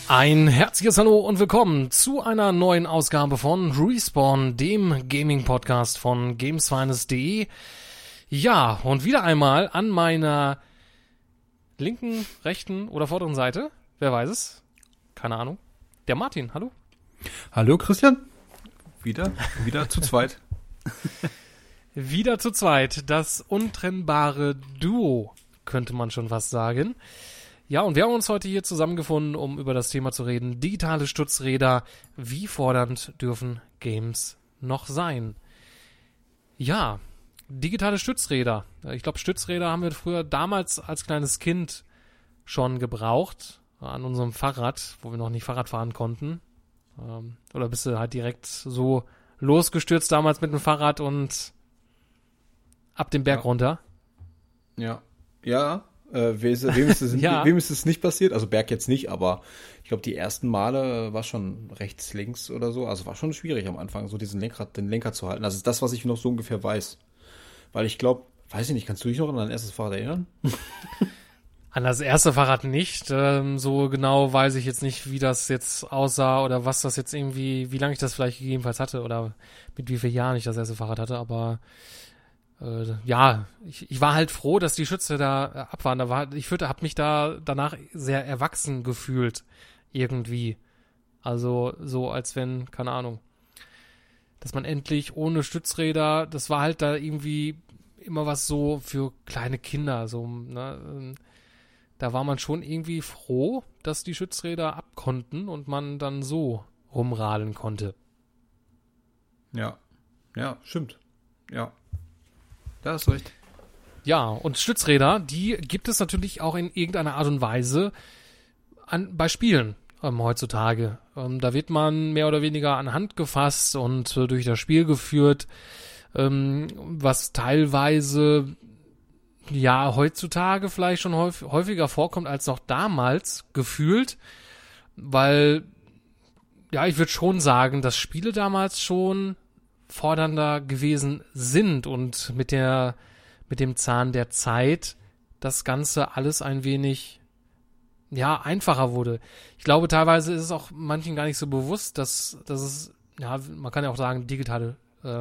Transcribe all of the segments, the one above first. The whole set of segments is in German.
Ein herzliches Hallo und willkommen zu einer neuen Ausgabe von Respawn, dem Gaming-Podcast von gamesfinest.de. Ja, und wieder einmal an meiner linken, rechten oder vorderen Seite, wer weiß es, keine Ahnung, der Martin, hallo. Hallo Christian, wieder zu zweit. Wieder zu zweit, das untrennbare Duo, könnte man schon fast sagen. Ja, und wir haben uns heute hier zusammengefunden, um über das Thema zu reden. Digitale Stützräder, wie fordernd dürfen Games noch sein? Ja, digitale Stützräder. Ich glaube, Stützräder haben wir früher damals als kleines Kind schon gebraucht, an unserem Fahrrad, wo wir noch nicht Fahrrad fahren konnten. Oder bist du halt direkt so losgestürzt damals mit dem Fahrrad und ab den Berg runter? Ja. Wem ist es nicht passiert? Also Berg jetzt nicht, aber ich glaube, die ersten Male war schon rechts, links oder so. Also war schon schwierig am Anfang, so den Lenker zu halten. Das ist das, was ich noch so ungefähr weiß. Weil ich glaube, weiß ich nicht, kannst du dich noch an dein erstes Fahrrad erinnern? An das erste Fahrrad nicht. So genau weiß ich jetzt nicht, wie das jetzt aussah oder was das jetzt irgendwie, wie lange ich das vielleicht gegebenenfalls hatte oder mit wie vielen Jahren ich das erste Fahrrad hatte, aber ja, ich war halt froh, dass die Schütze da ab waren. Ich habe mich da danach sehr erwachsen gefühlt, irgendwie. Also so, als wenn, keine Ahnung, dass man endlich ohne Stützräder, das war halt da irgendwie immer was so für kleine Kinder, so, ne? Da war man schon irgendwie froh, dass die Stützräder abkonnten und man dann so rumradeln konnte. Ja, stimmt. Ja. Da hast du recht. Ja, und Stützräder, die gibt es natürlich auch in irgendeiner Art und Weise bei Spielen heutzutage. Da wird man mehr oder weniger an Hand gefasst und durch das Spiel geführt, was teilweise ja heutzutage vielleicht schon häufiger vorkommt als noch damals gefühlt, weil ja, ich würde schon sagen, dass Spiele damals schon fordernder gewesen sind und mit dem Zahn der Zeit das Ganze alles ein wenig ja einfacher wurde. Ich glaube, teilweise ist es auch manchen gar nicht so bewusst, dass es, ja, man kann ja auch sagen, digitale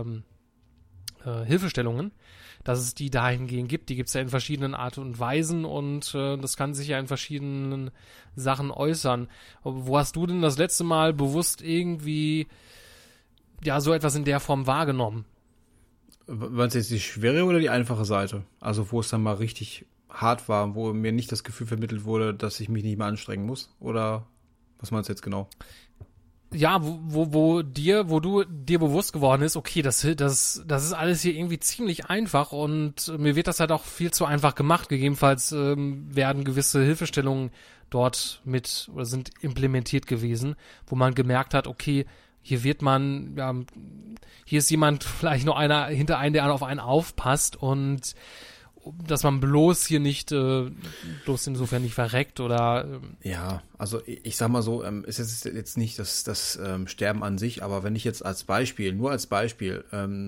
Hilfestellungen, dass es die dahingehend gibt. Die gibt es ja in verschiedenen Arten und Weisen und das kann sich ja in verschiedenen Sachen äußern. Wo hast du denn das letzte Mal bewusst irgendwie ja so etwas in der Form wahrgenommen? Meinst du jetzt die schwere oder die einfache Seite? Also wo es dann mal richtig hart war, wo mir nicht das Gefühl vermittelt wurde, dass ich mich nicht mehr anstrengen muss? Oder was meinst du jetzt genau? Ja, wo du dir bewusst geworden ist, okay, das ist alles hier irgendwie ziemlich einfach und mir wird das halt auch viel zu einfach gemacht. Gegebenenfalls werden gewisse Hilfestellungen dort mit oder sind implementiert gewesen, wo man gemerkt hat, okay, hier wird man, ja, hier ist jemand, vielleicht noch einer hinter einen, der auf einen aufpasst und dass man bloß hier nicht, bloß insofern nicht verreckt oder. Ja, also ich sag mal so, ist jetzt nicht das Sterben an sich, aber wenn ich jetzt nur als Beispiel,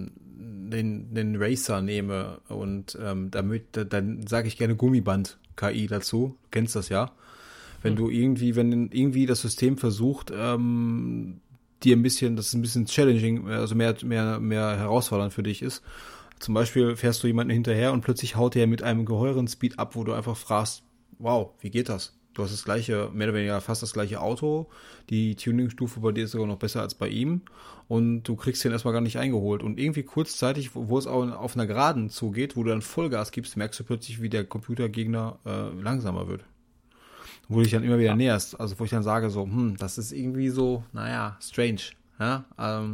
den Racer nehme und dann sage ich gerne Gummiband-KI dazu, du kennst das ja. Wenn irgendwie das System versucht, dir ein bisschen challenging, also mehr herausfordernd für dich ist. Zum Beispiel fährst du jemanden hinterher und plötzlich haut er mit einem geheuren Speed ab, wo du einfach fragst, wow, wie geht das? Du hast das gleiche, mehr oder weniger fast das gleiche Auto, die Tuningstufe bei dir ist sogar noch besser als bei ihm und du kriegst den erstmal gar nicht eingeholt. Und irgendwie kurzzeitig, wo es auch auf einer Geraden zugeht, wo du dann Vollgas gibst, merkst du plötzlich, wie der Computergegner langsamer wird. Wo du dich dann immer wieder näherst, also wo ich dann sage so, das ist irgendwie so, naja, strange, ja,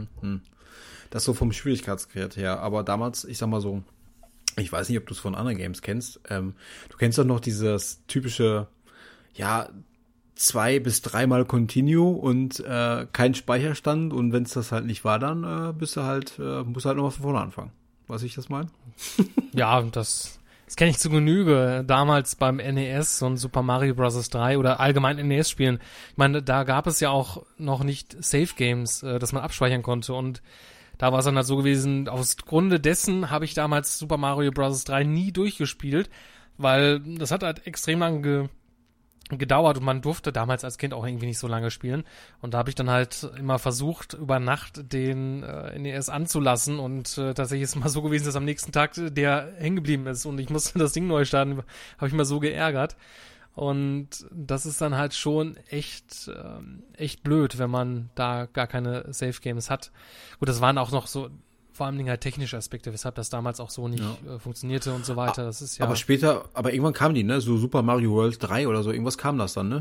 das so vom Schwierigkeitsgrad her, aber damals, ich sag mal so, ich weiß nicht, ob du es von anderen Games kennst, du kennst doch noch dieses typische, ja, 2 bis 3 Mal Continue und kein Speicherstand und wenn es das halt nicht war, dann musst du halt nochmal von vorne anfangen. Weiß ich das mal? Ja, das kenne ich zu Genüge. Damals beim NES und Super Mario Bros. 3 oder allgemein NES-Spielen. Ich meine, da gab es ja auch noch nicht Save-Games, dass man abspeichern konnte. Und da war es dann halt so gewesen, aus Grunde dessen habe ich damals Super Mario Bros. 3 nie durchgespielt, weil das hat halt extrem lange gedauert und man durfte damals als Kind auch irgendwie nicht so lange spielen. Und da habe ich dann halt immer versucht, über Nacht den NES anzulassen und tatsächlich ist es mal so gewesen, dass am nächsten Tag der hängen geblieben ist und ich musste das Ding neu starten, habe ich mal so geärgert. Und das ist dann halt schon echt blöd, wenn man da gar keine Safe Games hat. Gut, das waren auch noch so vor allen Dingen halt technische Aspekte, weshalb das damals auch so nicht funktionierte und so weiter. Das ist ja. Aber später, aber irgendwann kamen die, ne? So Super Mario World 3 oder so, irgendwas kam das dann, ne?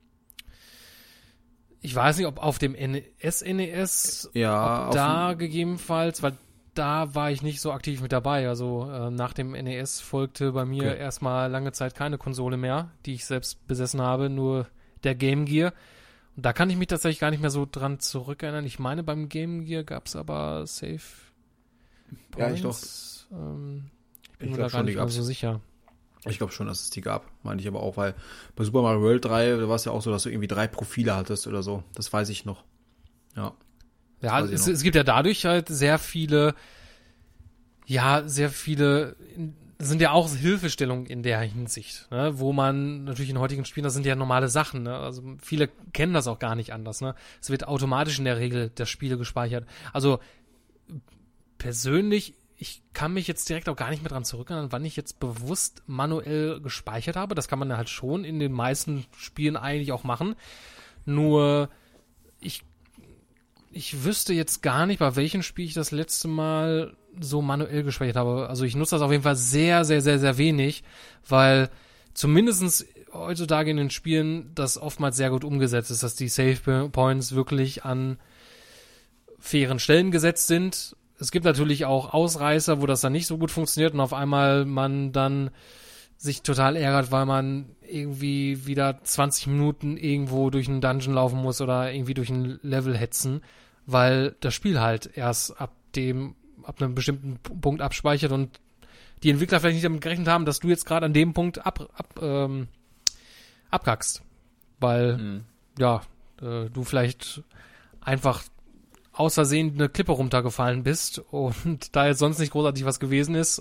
Ich weiß nicht, ob auf dem NES, ja, ob da gegebenenfalls, weil da war ich nicht so aktiv mit dabei. Also nach dem NES folgte bei mir erstmal lange Zeit keine Konsole mehr, die ich selbst besessen habe, nur der Game Gear. Und da kann ich mich tatsächlich gar nicht mehr so dran zurückerinnern. Ich meine, beim Game Gear gab es aber Safe Points. Ja, ich doch. Ich bin mir da gar nicht mehr so sicher. Ich glaube schon, dass es die gab, meine ich aber auch, weil bei Super Mario World 3, da war es ja auch so, dass du irgendwie 3 Profile hattest oder so. Das weiß ich noch. Ja. Ja, es gibt ja dadurch halt sehr viele, sind ja auch Hilfestellungen in der Hinsicht, ne? Wo man natürlich in heutigen Spielen, das sind ja normale Sachen, ne? Also viele kennen das auch gar nicht anders, ne? Es wird automatisch in der Regel das Spiel gespeichert. Also persönlich, ich kann mich jetzt direkt auch gar nicht mehr dran zurückerinnern, wann ich jetzt bewusst manuell gespeichert habe. Das kann man halt schon in den meisten Spielen eigentlich auch machen. Nur ich wüsste jetzt gar nicht, bei welchem Spiel ich das letzte Mal so manuell gespeichert habe. Also ich nutze das auf jeden Fall sehr, sehr, sehr, sehr wenig, weil zumindest heutzutage in den Spielen das oftmals sehr gut umgesetzt ist, dass die Save Points wirklich an fairen Stellen gesetzt sind. Es gibt natürlich auch Ausreißer, wo das dann nicht so gut funktioniert und auf einmal man dann sich total ärgert, weil man irgendwie wieder 20 Minuten irgendwo durch einen Dungeon laufen muss oder irgendwie durch ein Level hetzen, weil das Spiel halt erst ab einem bestimmten Punkt abspeichert und die Entwickler vielleicht nicht damit gerechnet haben, dass du jetzt gerade an dem Punkt abkackst. Weil, du vielleicht einfach aus Versehen eine Klippe runtergefallen bist und da jetzt sonst nicht großartig was gewesen ist.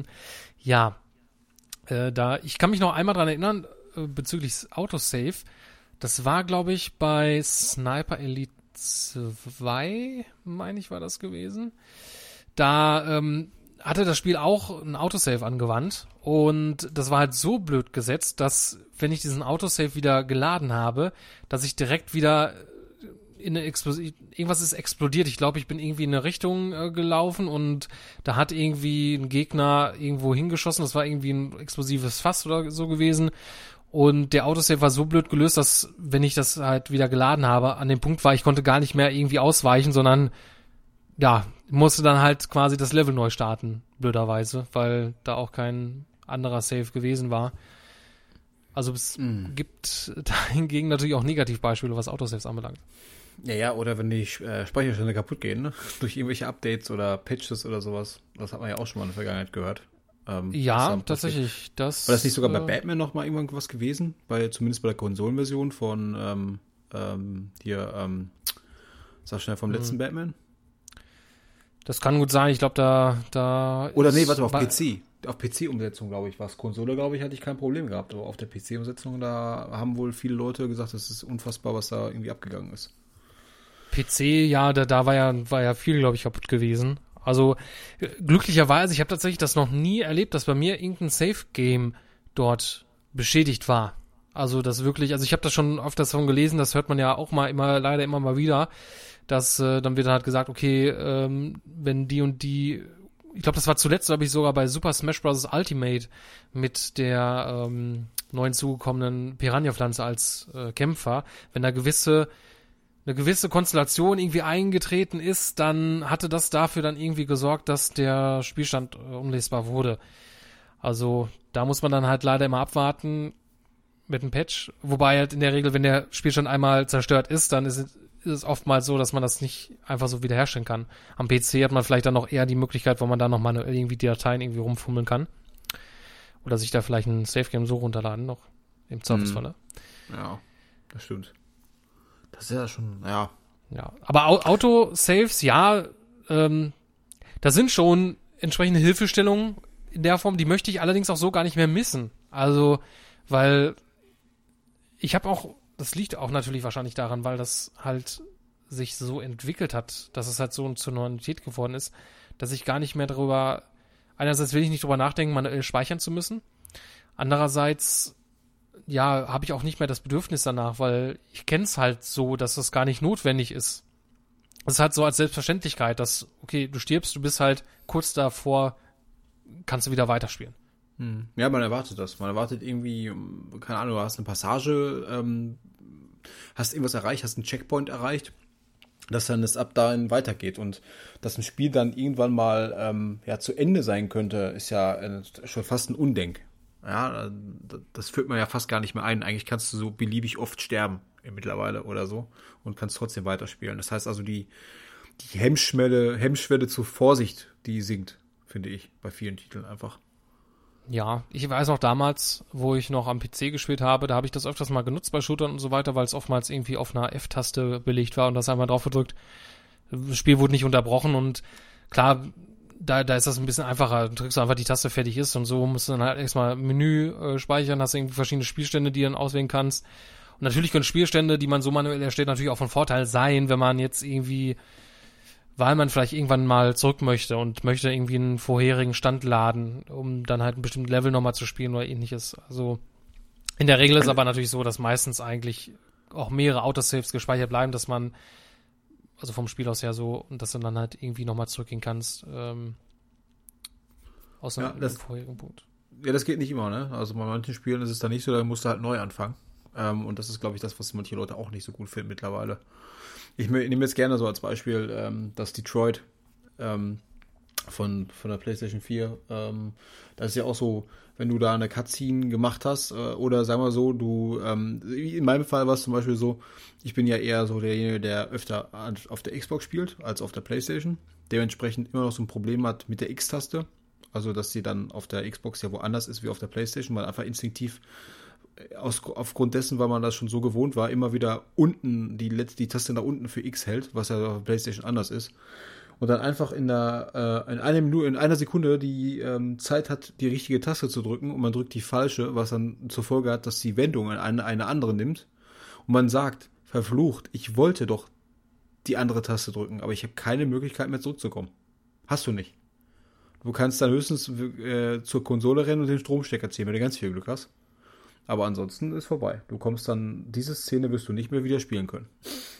Ich kann mich noch einmal dran erinnern, bezüglich Autosave. Das war, glaube ich, bei Sniper Elite 2, meine ich, war das gewesen. Da hatte das Spiel auch ein Autosave angewandt und das war halt so blöd gesetzt, dass, wenn ich diesen Autosave wieder geladen habe, dass ich direkt wieder in eine irgendwas ist explodiert. Ich glaube, ich bin irgendwie in eine Richtung gelaufen und da hat irgendwie ein Gegner irgendwo hingeschossen. Das war irgendwie ein explosives Fass oder so gewesen. Und der Autosave war so blöd gelöst, dass, wenn ich das halt wieder geladen habe, an dem Punkt war, ich konnte gar nicht mehr irgendwie ausweichen, sondern musste dann halt quasi das Level neu starten, blöderweise, weil da auch kein anderer Save gewesen war. Also es gibt dahingegen natürlich auch Negativbeispiele, was Autosaves anbelangt. Ja, oder wenn die Speicherstände kaputt gehen, ne? Durch irgendwelche Updates oder Patches oder sowas. Das hat man ja auch schon mal in der Vergangenheit gehört. Tatsächlich. War das nicht sogar bei Batman noch mal irgendwann was gewesen? Zumindest bei der Konsolenversion von sag schnell, vom letzten Batman? Das kann gut sein. Ich glaube, da oder nee, warte mal, auf PC. Auf PC-Umsetzung, glaube ich, war es. Konsole, glaube ich, hatte ich kein Problem gehabt. Aber auf der PC-Umsetzung, da haben wohl viele Leute gesagt, das ist unfassbar, was da irgendwie abgegangen ist. PC, ja, da war ja viel, glaube ich, kaputt gewesen. Also glücklicherweise, ich habe tatsächlich das noch nie erlebt, dass bei mir irgendein Safe-Game dort beschädigt war. Also das wirklich, ich habe das schon öfters davon gelesen, das hört man ja auch leider immer mal wieder, dass dann wird halt gesagt, okay, wenn die und die, ich glaube, das war zuletzt, glaube ich, sogar bei Super Smash Bros. Ultimate mit der neuen zugekommenen Piranha-Pflanze als Kämpfer, wenn da eine gewisse Konstellation irgendwie eingetreten ist, dann hatte das dafür dann irgendwie gesorgt, dass der Spielstand unlesbar wurde. Also da muss man dann halt leider immer abwarten mit einem Patch. Wobei halt in der Regel, wenn der Spielstand einmal zerstört ist, dann ist es oftmals so, dass man das nicht einfach so wiederherstellen kann. Am PC hat man vielleicht dann noch eher die Möglichkeit, wo man dann noch mal irgendwie die Dateien irgendwie rumfummeln kann. Oder sich da vielleicht ein Safe-Game so runterladen noch. Im Zweifelsfalle. Ja, das stimmt. Das ist ja schon, ja. Ja, aber Autosaves, da sind schon entsprechende ich habe auch, das liegt auch natürlich wahrscheinlich daran, weil das halt sich so entwickelt hat, dass es halt so zur Normalität geworden ist, dass ich gar nicht mehr darüber, einerseits will ich nicht drüber nachdenken, manuell speichern zu müssen. Andererseits, ja, habe ich auch nicht mehr das Bedürfnis danach, weil ich kenne es halt so, dass das gar nicht notwendig ist. Es ist halt so als Selbstverständlichkeit, dass, okay, du stirbst, du bist halt kurz davor, kannst du wieder weiterspielen. Ja, man erwartet das. Man erwartet irgendwie, keine Ahnung, du hast eine Passage, hast irgendwas erreicht, hast einen Checkpoint erreicht, dass dann es ab dahin weitergeht. Und dass ein Spiel dann irgendwann mal zu Ende sein könnte, ist ja schon fast ein Unding. Ja, das führt man ja fast gar nicht mehr ein. Eigentlich kannst du so beliebig oft sterben mittlerweile oder so und kannst trotzdem weiterspielen. Das heißt also, die Hemmschwelle zur Vorsicht, die sinkt, finde ich, bei vielen Titeln einfach. Ja, ich weiß noch damals, wo ich noch am PC gespielt habe, da habe ich das öfters mal genutzt bei Shootern und so weiter, weil es oftmals irgendwie auf einer F-Taste belegt war und das einmal drauf gedrückt. Das Spiel wurde nicht unterbrochen und klar, da ist das ein bisschen einfacher. Du drückst einfach die Taste, fertig ist und so musst du dann halt erstmal Menü speichern, hast irgendwie verschiedene Spielstände, die du dann auswählen kannst. Und natürlich können Spielstände, die man so manuell erstellt, natürlich auch von Vorteil sein, wenn man jetzt irgendwie, weil man vielleicht irgendwann mal zurück möchte und möchte irgendwie einen vorherigen Stand laden, um dann halt ein bestimmtes Level nochmal zu spielen oder ähnliches. Also in der Regel ist aber natürlich so, dass meistens eigentlich auch mehrere Autosaves gespeichert bleiben, dass man, also vom Spiel aus her so, und dass du dann halt irgendwie nochmal zurückgehen kannst, aus einem vorherigen Punkt. Ja, das geht nicht immer, ne? Also bei manchen Spielen ist es dann nicht so, da musst du halt neu anfangen. Und das ist, glaube ich, das, was manche Leute auch nicht so gut finden mittlerweile. Ich nehme jetzt gerne so als Beispiel das Detroit von der PlayStation 4. Das ist ja auch so, wenn du da eine Cutscene gemacht hast oder sagen wir so, du, in meinem Fall war es zum Beispiel so, ich bin ja eher so derjenige, der öfter auf der Xbox spielt als auf der PlayStation. Dementsprechend immer noch so ein Problem hat mit der X-Taste. Also, dass sie dann auf der Xbox ja woanders ist wie auf der PlayStation, weil einfach instinktiv aufgrund dessen, weil man das schon so gewohnt war, immer wieder unten die Taste nach unten für X hält, was ja auf der PlayStation anders ist. Und dann einfach in einer Sekunde die Zeit hat, die richtige Taste zu drücken und man drückt die falsche, was dann zur Folge hat, dass die Wendung eine andere nimmt. Und man sagt, verflucht, ich wollte doch die andere Taste drücken, aber ich habe keine Möglichkeit mehr zurückzukommen. Hast du nicht. Du kannst dann höchstens zur Konsole rennen und den Stromstecker ziehen, wenn du ganz viel Glück hast. Aber ansonsten ist vorbei. Du kommst dann, diese Szene wirst du nicht mehr wieder spielen können.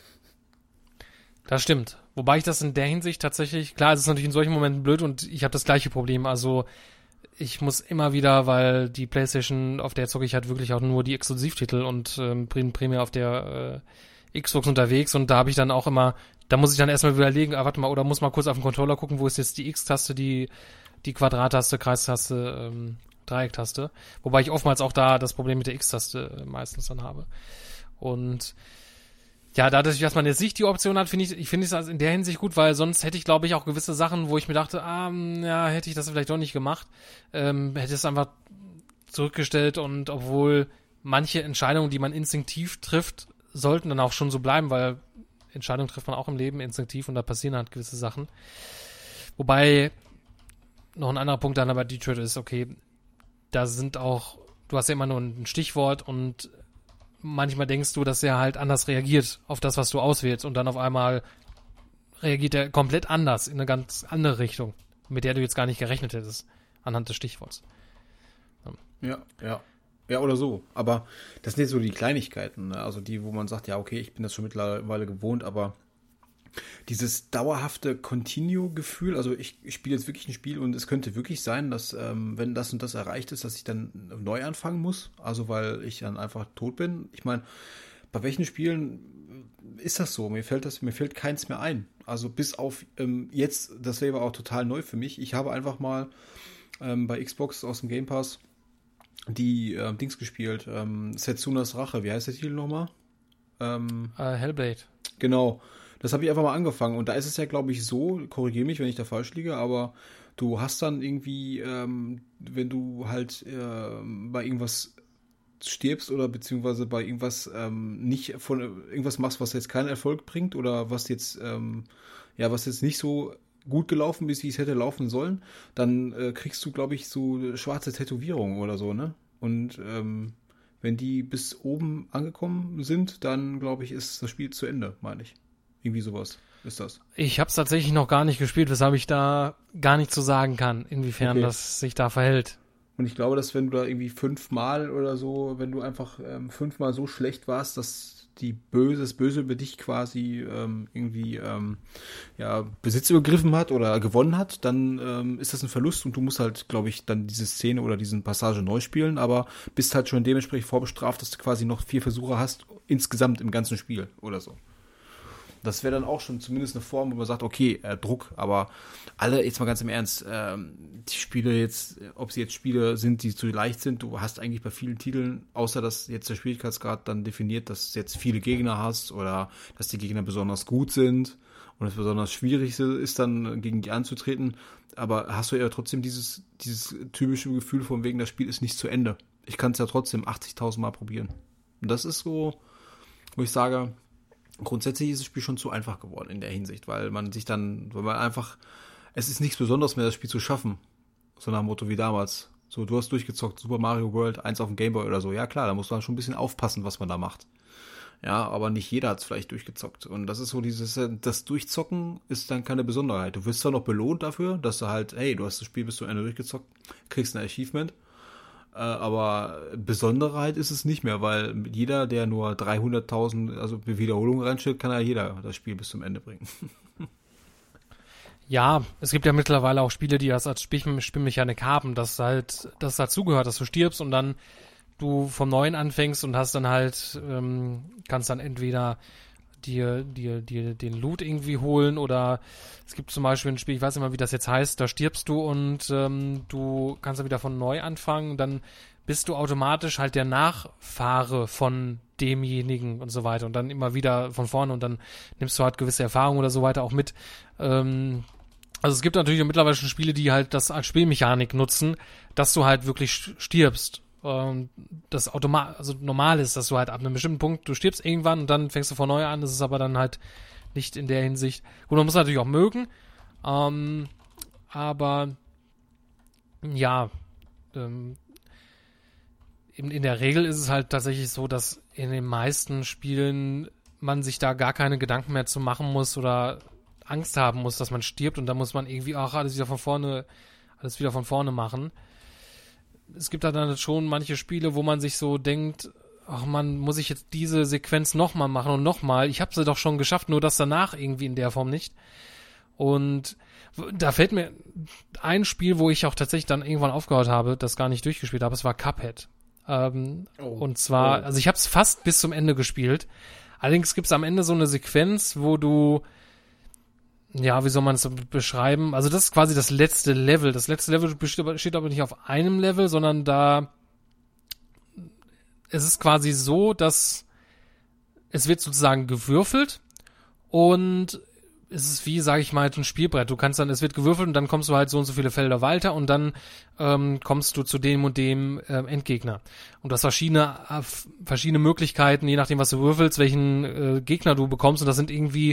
Das stimmt. Wobei ich das in der Hinsicht tatsächlich, klar, es ist natürlich in solchen Momenten blöd und ich habe das gleiche Problem. Also ich muss immer wieder, weil die PlayStation, auf der zocke ich halt wirklich auch nur die Exklusivtitel und primär auf der Xbox unterwegs und da habe ich dann auch immer, da muss ich dann erstmal überlegen, warte mal, oder muss mal kurz auf den Controller gucken, wo ist jetzt die X-Taste, die Quadrattaste, Kreistaste, Dreiecktaste. Wobei ich oftmals auch da das Problem mit der X-Taste meistens dann habe. Und ja, dadurch, dass man jetzt nicht die Option hat, finde ich es in der Hinsicht gut, weil sonst hätte ich, glaube ich, auch gewisse Sachen, wo ich mir dachte, hätte ich das vielleicht doch nicht gemacht, hätte es einfach zurückgestellt und obwohl manche Entscheidungen, die man instinktiv trifft, sollten dann auch schon so bleiben, weil Entscheidungen trifft man auch im Leben instinktiv und da passieren halt gewisse Sachen. Wobei noch ein anderer Punkt dann aber Detroit ist, okay, da sind auch, du hast ja immer nur ein Stichwort und manchmal denkst du, dass er halt anders reagiert auf das, was du auswählst und dann auf einmal reagiert er komplett anders in eine ganz andere Richtung, mit der du jetzt gar nicht gerechnet hättest, anhand des Stichworts. Ja, oder so. Aber das sind jetzt so die Kleinigkeiten, ne? Also die, wo man sagt, ja, okay, ich bin das schon mittlerweile gewohnt, aber dieses dauerhafte Continue-Gefühl, also ich spiele jetzt wirklich ein Spiel und es könnte wirklich sein, dass, wenn das und das erreicht ist, dass ich dann neu anfangen muss, also weil ich dann einfach tot bin. Ich meine, bei welchen Spielen ist das so? Mir fällt keins mehr ein. Also bis auf jetzt, das wäre auch total neu für mich. Ich habe einfach mal bei Xbox aus dem Game Pass die Dings gespielt, Setsunas Rache. Wie heißt der Titel nochmal? Hellblade. Genau. Das habe ich einfach mal angefangen und da ist es ja, glaube ich, so, korrigiere mich, wenn ich da falsch liege, aber du hast dann irgendwie, wenn du halt bei irgendwas stirbst oder beziehungsweise bei irgendwas nicht von irgendwas machst, was jetzt keinen Erfolg bringt oder was jetzt nicht so gut gelaufen ist, wie es hätte laufen sollen, dann kriegst du, glaube ich, so schwarze Tätowierungen oder so, ne? Und Wenn die bis oben angekommen sind, dann, glaube ich, ist das Spiel zu Ende, meine ich. Irgendwie sowas ist das. Ich habe es tatsächlich noch gar nicht gespielt, weshalb ich da gar nicht zu sagen kann, inwiefern das sich da verhält. Und ich glaube, dass wenn du da irgendwie 5-mal oder so, wenn du einfach 5-mal so schlecht warst, dass das Böse über dich quasi Besitz übergriffen hat oder gewonnen hat, dann ist das ein Verlust und du musst halt, glaube ich, dann diese Szene oder diesen Passage neu spielen, aber bist halt schon dementsprechend vorbestraft, dass du quasi noch 4 Versuche hast, insgesamt im ganzen Spiel oder so. Das wäre dann auch schon zumindest eine Form, wo man sagt, okay, Druck, aber alle, jetzt mal ganz im Ernst, die Spiele jetzt, ob sie jetzt Spiele sind, die zu leicht sind, du hast eigentlich bei vielen Titeln, außer dass jetzt der Schwierigkeitsgrad dann definiert, dass du jetzt viele Gegner hast oder dass die Gegner besonders gut sind und es besonders schwierig ist, dann gegen die anzutreten, aber hast du ja trotzdem dieses typische Gefühl von wegen, das Spiel ist nicht zu Ende. Ich kann es ja trotzdem 80.000 Mal probieren. Und das ist so, wo ich sage, grundsätzlich ist das Spiel schon zu einfach geworden in der Hinsicht, weil man einfach, es ist nichts Besonderes mehr, das Spiel zu schaffen. So nach dem Motto wie damals. So, du hast durchgezockt, Super Mario World 1 auf dem Gameboy oder so. Ja klar, da muss man schon ein bisschen aufpassen, was man da macht. Ja, aber nicht jeder hat es vielleicht durchgezockt. Und das ist so das Durchzocken ist dann keine Besonderheit. Du wirst zwar noch belohnt dafür, dass du halt, hey, du hast das Spiel bis zum Ende durchgezockt, kriegst ein Achievement. Aber Besonderheit ist es nicht mehr, weil jeder, der nur 300.000 Wiederholungen reinstellt, kann ja jeder das Spiel bis zum Ende bringen. Ja, es gibt ja mittlerweile auch Spiele, die das als Spielmechanik haben, dass halt das dazugehört, dass du stirbst und dann du vom Neuen anfängst und hast dann halt, kannst dann entweder dir den Loot irgendwie holen oder es gibt zum Beispiel ein Spiel, ich weiß nicht mal, wie das jetzt heißt, da stirbst du und du kannst dann wieder von neu anfangen, dann bist du automatisch halt der Nachfahre von demjenigen und so weiter und dann immer wieder von vorne und dann nimmst du halt gewisse Erfahrungen oder so weiter auch mit. Also es gibt natürlich mittlerweile schon Spiele, die halt das als Spielmechanik nutzen, dass du halt wirklich stirbst. Das normal ist, dass du halt ab einem bestimmten Punkt, du stirbst irgendwann und dann fängst du von neu an, das ist aber dann halt nicht in der Hinsicht. Gut, man muss natürlich auch mögen, aber ja, in der Regel ist es halt tatsächlich so, dass in den meisten Spielen man sich da gar keine Gedanken mehr zu machen muss oder Angst haben muss, dass man stirbt und dann muss man irgendwie auch alles wieder von vorne machen. Es gibt da dann schon manche Spiele, wo man sich so denkt, ach man, muss ich jetzt diese Sequenz nochmal machen und nochmal? Ich habe sie doch schon geschafft, nur das danach irgendwie in der Form nicht. Und da fällt mir ein Spiel, wo ich auch tatsächlich dann irgendwann aufgehört habe, das gar nicht durchgespielt habe, es war Cuphead. Und zwar, also ich habe es fast bis zum Ende gespielt. Allerdings gibt es am Ende so eine Sequenz, wo du, ja, wie soll man es beschreiben? Also das ist quasi das letzte Level. Das letzte Level besteht aber nicht auf einem Level, sondern es ist quasi so, dass es wird sozusagen gewürfelt und es ist wie, sage ich mal, ein Spielbrett. Es wird gewürfelt und dann kommst du halt so und so viele Felder weiter und dann kommst du zu dem und dem Endgegner. Und du hast verschiedene Möglichkeiten, je nachdem, was du würfelst, welchen Gegner du bekommst und das sind irgendwie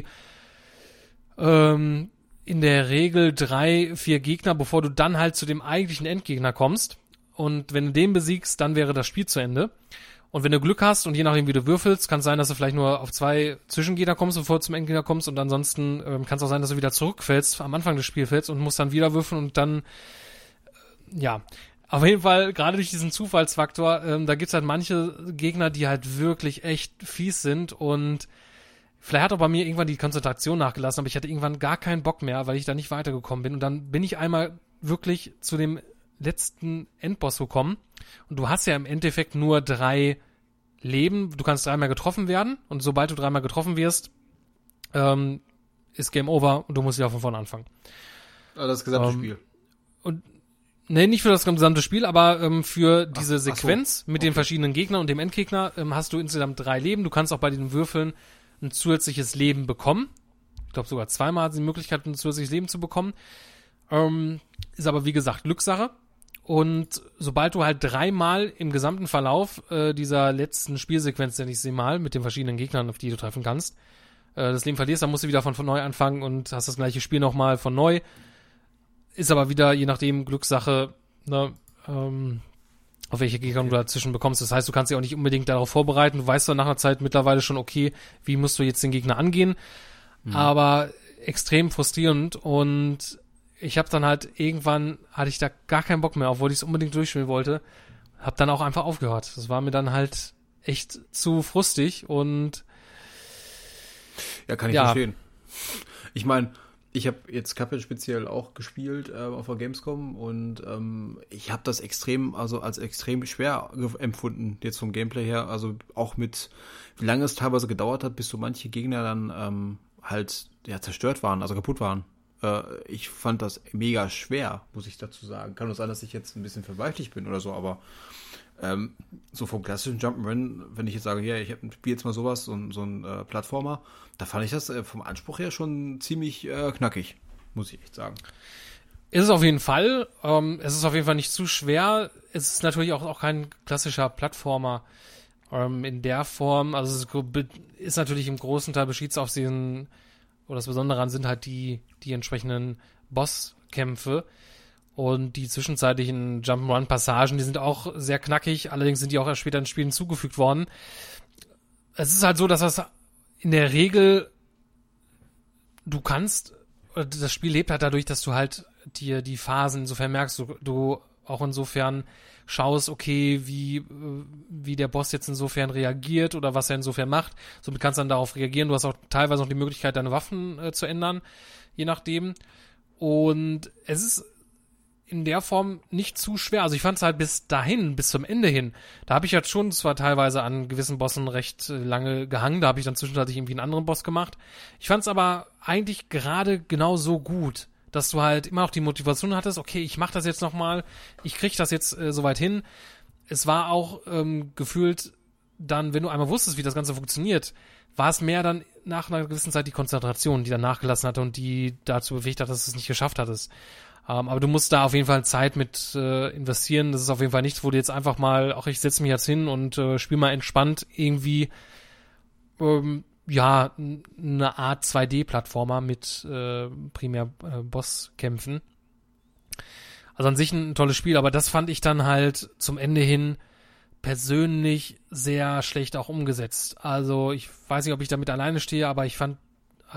in der Regel 3, 4 Gegner, bevor du dann halt zu dem eigentlichen Endgegner kommst. Und wenn du den besiegst, dann wäre das Spiel zu Ende. Und wenn du Glück hast und je nachdem, wie du würfelst, kann es sein, dass du vielleicht nur auf 2 Zwischengegner kommst, bevor du zum Endgegner kommst. Und ansonsten kann es auch sein, dass du wieder zurückfällst, am Anfang des Spielfelds und musst dann wieder würfeln und dann, ja. Auf jeden Fall, gerade durch diesen Zufallsfaktor, da gibt's halt manche Gegner, die halt wirklich echt fies sind und vielleicht hat auch bei mir irgendwann die Konzentration nachgelassen, aber ich hatte irgendwann gar keinen Bock mehr, weil ich da nicht weitergekommen bin. Und dann bin ich einmal wirklich zu dem letzten Endboss gekommen. Und du hast ja im Endeffekt nur 3 Leben. Du kannst 3-mal getroffen werden. Und sobald du 3-mal getroffen wirst, ist Game Over und du musst wieder von vorne anfangen. Das gesamte Spiel. Und nee, nicht für das gesamte Spiel, aber für diese Sequenz mit den verschiedenen Gegnern und dem Endgegner hast du insgesamt 3 Leben. Du kannst auch bei den Würfeln ein zusätzliches Leben bekommen. Ich glaube sogar 2-mal hat sie die Möglichkeit, ein zusätzliches Leben zu bekommen. Ist aber wie gesagt Glückssache. Und sobald du halt 3-mal im gesamten Verlauf dieser letzten Spielsequenz, nenne ich sie mal, mit den verschiedenen Gegnern, auf die du treffen kannst, das Leben verlierst, dann musst du wieder von neu anfangen und hast das gleiche Spiel nochmal von neu. Ist aber wieder, je nachdem, Glückssache, ne, auf welche Gegner du dazwischen bekommst. Das heißt, du kannst dich auch nicht unbedingt darauf vorbereiten. Du weißt dann nach einer Zeit mittlerweile schon, okay, wie musst du jetzt den Gegner angehen. Aber extrem frustrierend und ich habe dann halt irgendwann, hatte ich da gar keinen Bock mehr, obwohl ich es unbedingt durchspielen wollte, habe dann auch einfach aufgehört. Das war mir dann halt echt zu frustig und ja, kann ich verstehen. Ich meine, ich habe jetzt Cuphead speziell auch gespielt auf der Gamescom und ich habe das als extrem schwer empfunden, jetzt vom Gameplay her. Also auch mit, wie lange es teilweise gedauert hat, bis so manche Gegner dann halt zerstört waren, also kaputt waren. Ich fand das mega schwer, muss ich dazu sagen. Kann nur sein, dass ich jetzt ein bisschen verweichlicht bin oder so, aber so vom klassischen Jump'n'Run, wenn ich jetzt sage, ich spiele jetzt mal sowas, so ein Plattformer, da fand ich das vom Anspruch her schon ziemlich knackig, muss ich echt sagen. Ist es auf jeden Fall. Es ist auf jeden Fall nicht zu schwer. Es ist natürlich auch kein klassischer Plattformer in der Form. Also es ist natürlich im großen Teil besteht es auf diesen, oder das Besondere daran sind halt die entsprechenden Bosskämpfe. Und die zwischenzeitlichen Jump'n'Run-Passagen, die sind auch sehr knackig, allerdings sind die auch erst später in Spielen hinzugefügt worden. Es ist halt so, dass das in der Regel das Spiel lebt halt dadurch, dass du halt dir die Phasen insofern merkst, du auch insofern schaust, okay, wie der Boss jetzt insofern reagiert oder was er insofern macht. Somit kannst du dann darauf reagieren. Du hast auch teilweise noch die Möglichkeit, deine Waffen zu ändern, je nachdem. Und es ist in der Form nicht zu schwer. Also ich fand es halt bis zum Ende hin. Da habe ich jetzt schon zwar teilweise an gewissen Bossen recht lange gehangen, da habe ich dann zwischenzeitlich irgendwie einen anderen Boss gemacht. Ich fand es aber eigentlich gerade genau so gut, dass du halt immer noch die Motivation hattest, okay, ich mache das jetzt nochmal, ich krieg das jetzt soweit hin. Es war auch gefühlt dann, wenn du einmal wusstest, wie das Ganze funktioniert, war es mehr dann nach einer gewissen Zeit die Konzentration, die dann nachgelassen hatte und die dazu bewegt hat, dass du es nicht geschafft hattest. Aber du musst da auf jeden Fall Zeit mit investieren. Das ist auf jeden Fall nichts, wo du jetzt einfach mal, ich setze mich jetzt hin und spiele mal entspannt irgendwie eine Art 2D-Plattformer mit primär Bosskämpfen. Also an sich ein tolles Spiel, aber das fand ich dann halt zum Ende hin persönlich sehr schlecht auch umgesetzt. Also ich weiß nicht, ob ich damit alleine stehe, aber ich fand,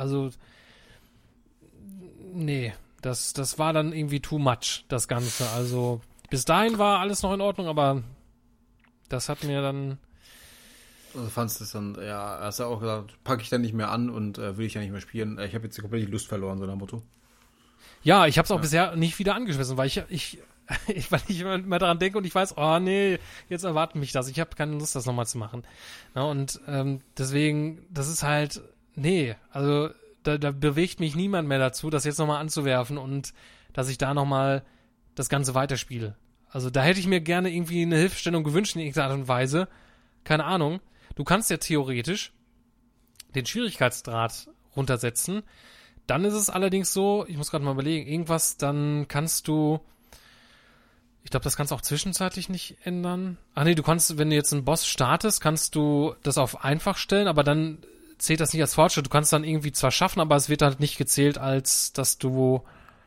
nee, das war dann irgendwie too much, das Ganze. Also bis dahin war alles noch in Ordnung, aber das hat mir dann... Also fandst du es dann, hast du auch gesagt, packe ich dann nicht mehr an und will ich ja nicht mehr spielen. Ich habe jetzt komplett die Lust verloren, so nach Motto. Ja, ich habe es auch bisher nicht wieder angeschmissen, weil ich immer daran denke und ich weiß, oh nee, jetzt erwartet mich das. Ich habe keine Lust, das nochmal zu machen. Ja, und deswegen, das ist halt, nee, also da bewegt mich niemand mehr dazu, das jetzt nochmal anzuwerfen und dass ich da nochmal das Ganze weiterspiele. Also da hätte ich mir gerne irgendwie eine Hilfestellung gewünscht in irgendeiner Art und Weise. Keine Ahnung. Du kannst ja theoretisch den Schwierigkeitsgrad runtersetzen. Dann ist es allerdings so, ich muss gerade mal überlegen, irgendwas, dann kannst du, ich glaube, das kannst du auch zwischenzeitlich nicht ändern. Ach nee, du kannst, wenn du jetzt einen Boss startest, kannst du das auf einfach stellen, aber dann zählt das nicht als Fortschritt. Du kannst dann irgendwie zwar schaffen, aber es wird halt nicht gezählt, als dass du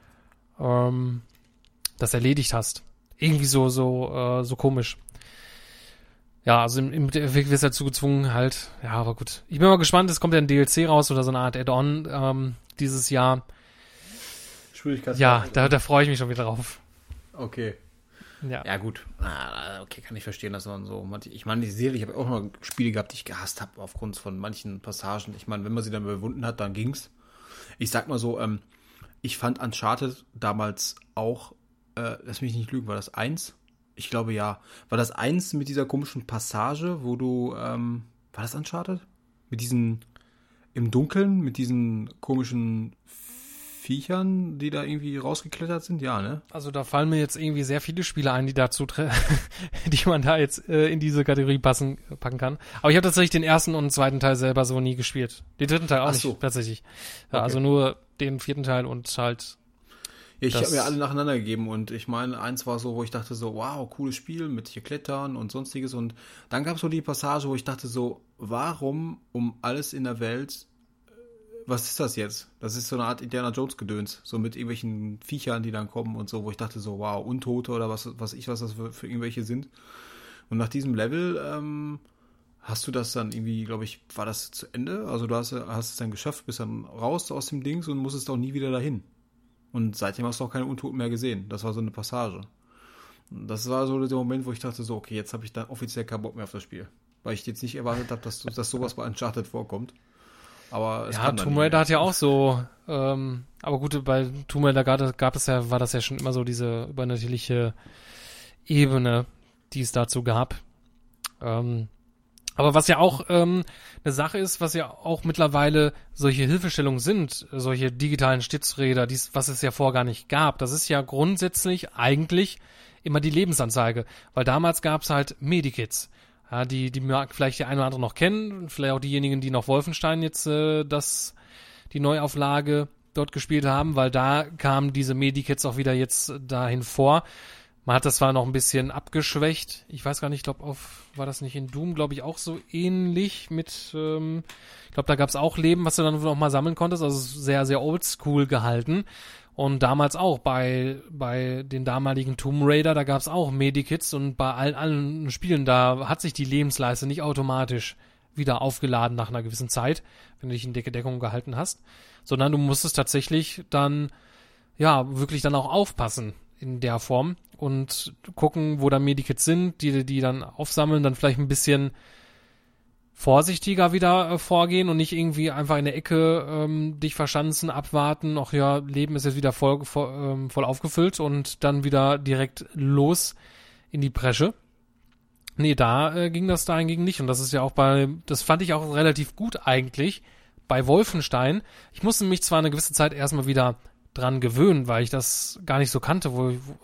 das erledigt hast. Irgendwie so komisch. Ja, also im Endeffekt wirst du dazu gezwungen halt, ja, aber gut. Ich bin mal gespannt, es kommt ja ein DLC raus oder so eine Art Add-on dieses Jahr. Schwierigkeitsgrad. Ja, da freue ich mich schon wieder drauf. Okay. Ja Gut. Okay, kann ich verstehen, dass man so, ich meine, ich habe auch mal Spiele gehabt, die ich gehasst habe aufgrund von manchen Passagen. Ich meine, wenn man sie dann überwunden hat, dann ging's. Ich sag mal so, ich fand Uncharted damals auch, lass mich nicht lügen, war das 1? Ich glaube ja. War das 1 mit dieser komischen Passage, wo du, war das Uncharted? Mit diesen, im Dunkeln, mit diesen komischen Viechern, die da irgendwie rausgeklettert sind? Ja, ne? Also da fallen mir jetzt irgendwie sehr viele Spiele ein, die dazu die man da jetzt in diese Kategorie packen kann. Aber ich habe tatsächlich den ersten und zweiten Teil selber so nie gespielt. Den dritten Teil auch nicht, tatsächlich. Ja, okay. Also nur den vierten Teil und halt. Ja, ich habe mir alle nacheinander gegeben und ich meine, eins war so, wo ich dachte so, wow, cooles Spiel mit hier Klettern und sonstiges und dann gab es so die Passage, wo ich dachte so, warum um alles in der Welt was ist das jetzt? Das ist so eine Art Indiana Jones Gedöns, so mit irgendwelchen Viechern, die dann kommen und so, wo ich dachte so, wow, Untote oder was das für irgendwelche sind. Und nach diesem Level hast du das dann irgendwie, glaube ich, war das zu Ende? Also du hast es dann geschafft, bist dann raus aus dem Dings und musstest auch nie wieder dahin. Und seitdem hast du auch keine Untoten mehr gesehen. Das war so eine Passage. Und das war so der Moment, wo ich dachte so, okay, jetzt habe ich dann offiziell keinen Bock mehr auf das Spiel. Weil ich jetzt nicht erwartet habe, dass sowas bei Uncharted vorkommt. Aber es kann Tomb Raider hat ja auch so, aber gut, bei Tomb Raider war das ja schon immer so diese übernatürliche Ebene, die es dazu gab. Aber was ja auch eine Sache ist, was ja auch mittlerweile solche Hilfestellungen sind, solche digitalen Stützräder, was es ja vorher gar nicht gab, das ist ja grundsätzlich eigentlich immer die Lebensanzeige. Weil damals gab es halt Medikits. Ja, die mag vielleicht der eine oder andere noch kennen, vielleicht auch diejenigen, die noch Wolfenstein jetzt die Neuauflage dort gespielt haben, weil da kamen diese Medikits auch wieder jetzt dahin vor. Man hat das zwar noch ein bisschen abgeschwächt. Ich weiß gar nicht, war das nicht in Doom, glaube ich, auch so ähnlich mit, ich glaube, da gab es auch Leben, was du dann noch mal sammeln konntest, also sehr, sehr oldschool gehalten. Und damals auch bei den damaligen Tomb Raider, da gab es auch Medikits und bei allen Spielen, da hat sich die Lebensleiste nicht automatisch wieder aufgeladen nach einer gewissen Zeit, wenn du dich in dicke Deckung gehalten hast, sondern du musstest tatsächlich dann, ja, wirklich dann auch aufpassen in der Form und gucken, wo da Medikits sind, die dann aufsammeln, dann vielleicht ein bisschen vorsichtiger wieder vorgehen und nicht irgendwie einfach in der Ecke dich verschanzen, abwarten, ach ja, Leben ist jetzt wieder voll aufgefüllt und dann wieder direkt los in die Bresche. Nee, da ging das dahingegen nicht und das ist ja auch das fand ich auch relativ gut eigentlich bei Wolfenstein. Ich musste mich zwar eine gewisse Zeit erstmal wieder dran gewöhnen, weil ich das gar nicht so kannte,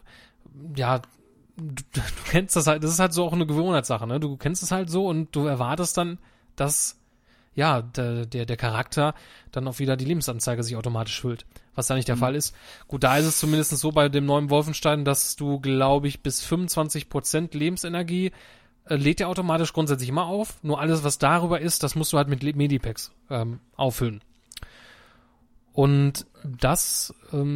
ja, du kennst das halt, das ist halt so auch eine Gewohnheitssache, ne? Du kennst es halt so und du erwartest dann, dass, ja, der Charakter dann auch wieder die Lebensanzeige sich automatisch füllt, was da nicht der Fall ist. Gut, da ist es zumindest so bei dem neuen Wolfenstein, dass du, glaube ich, bis 25% Lebensenergie lädt der automatisch grundsätzlich immer auf. Nur alles, was darüber ist, das musst du halt mit Medipacks auffüllen. Und das,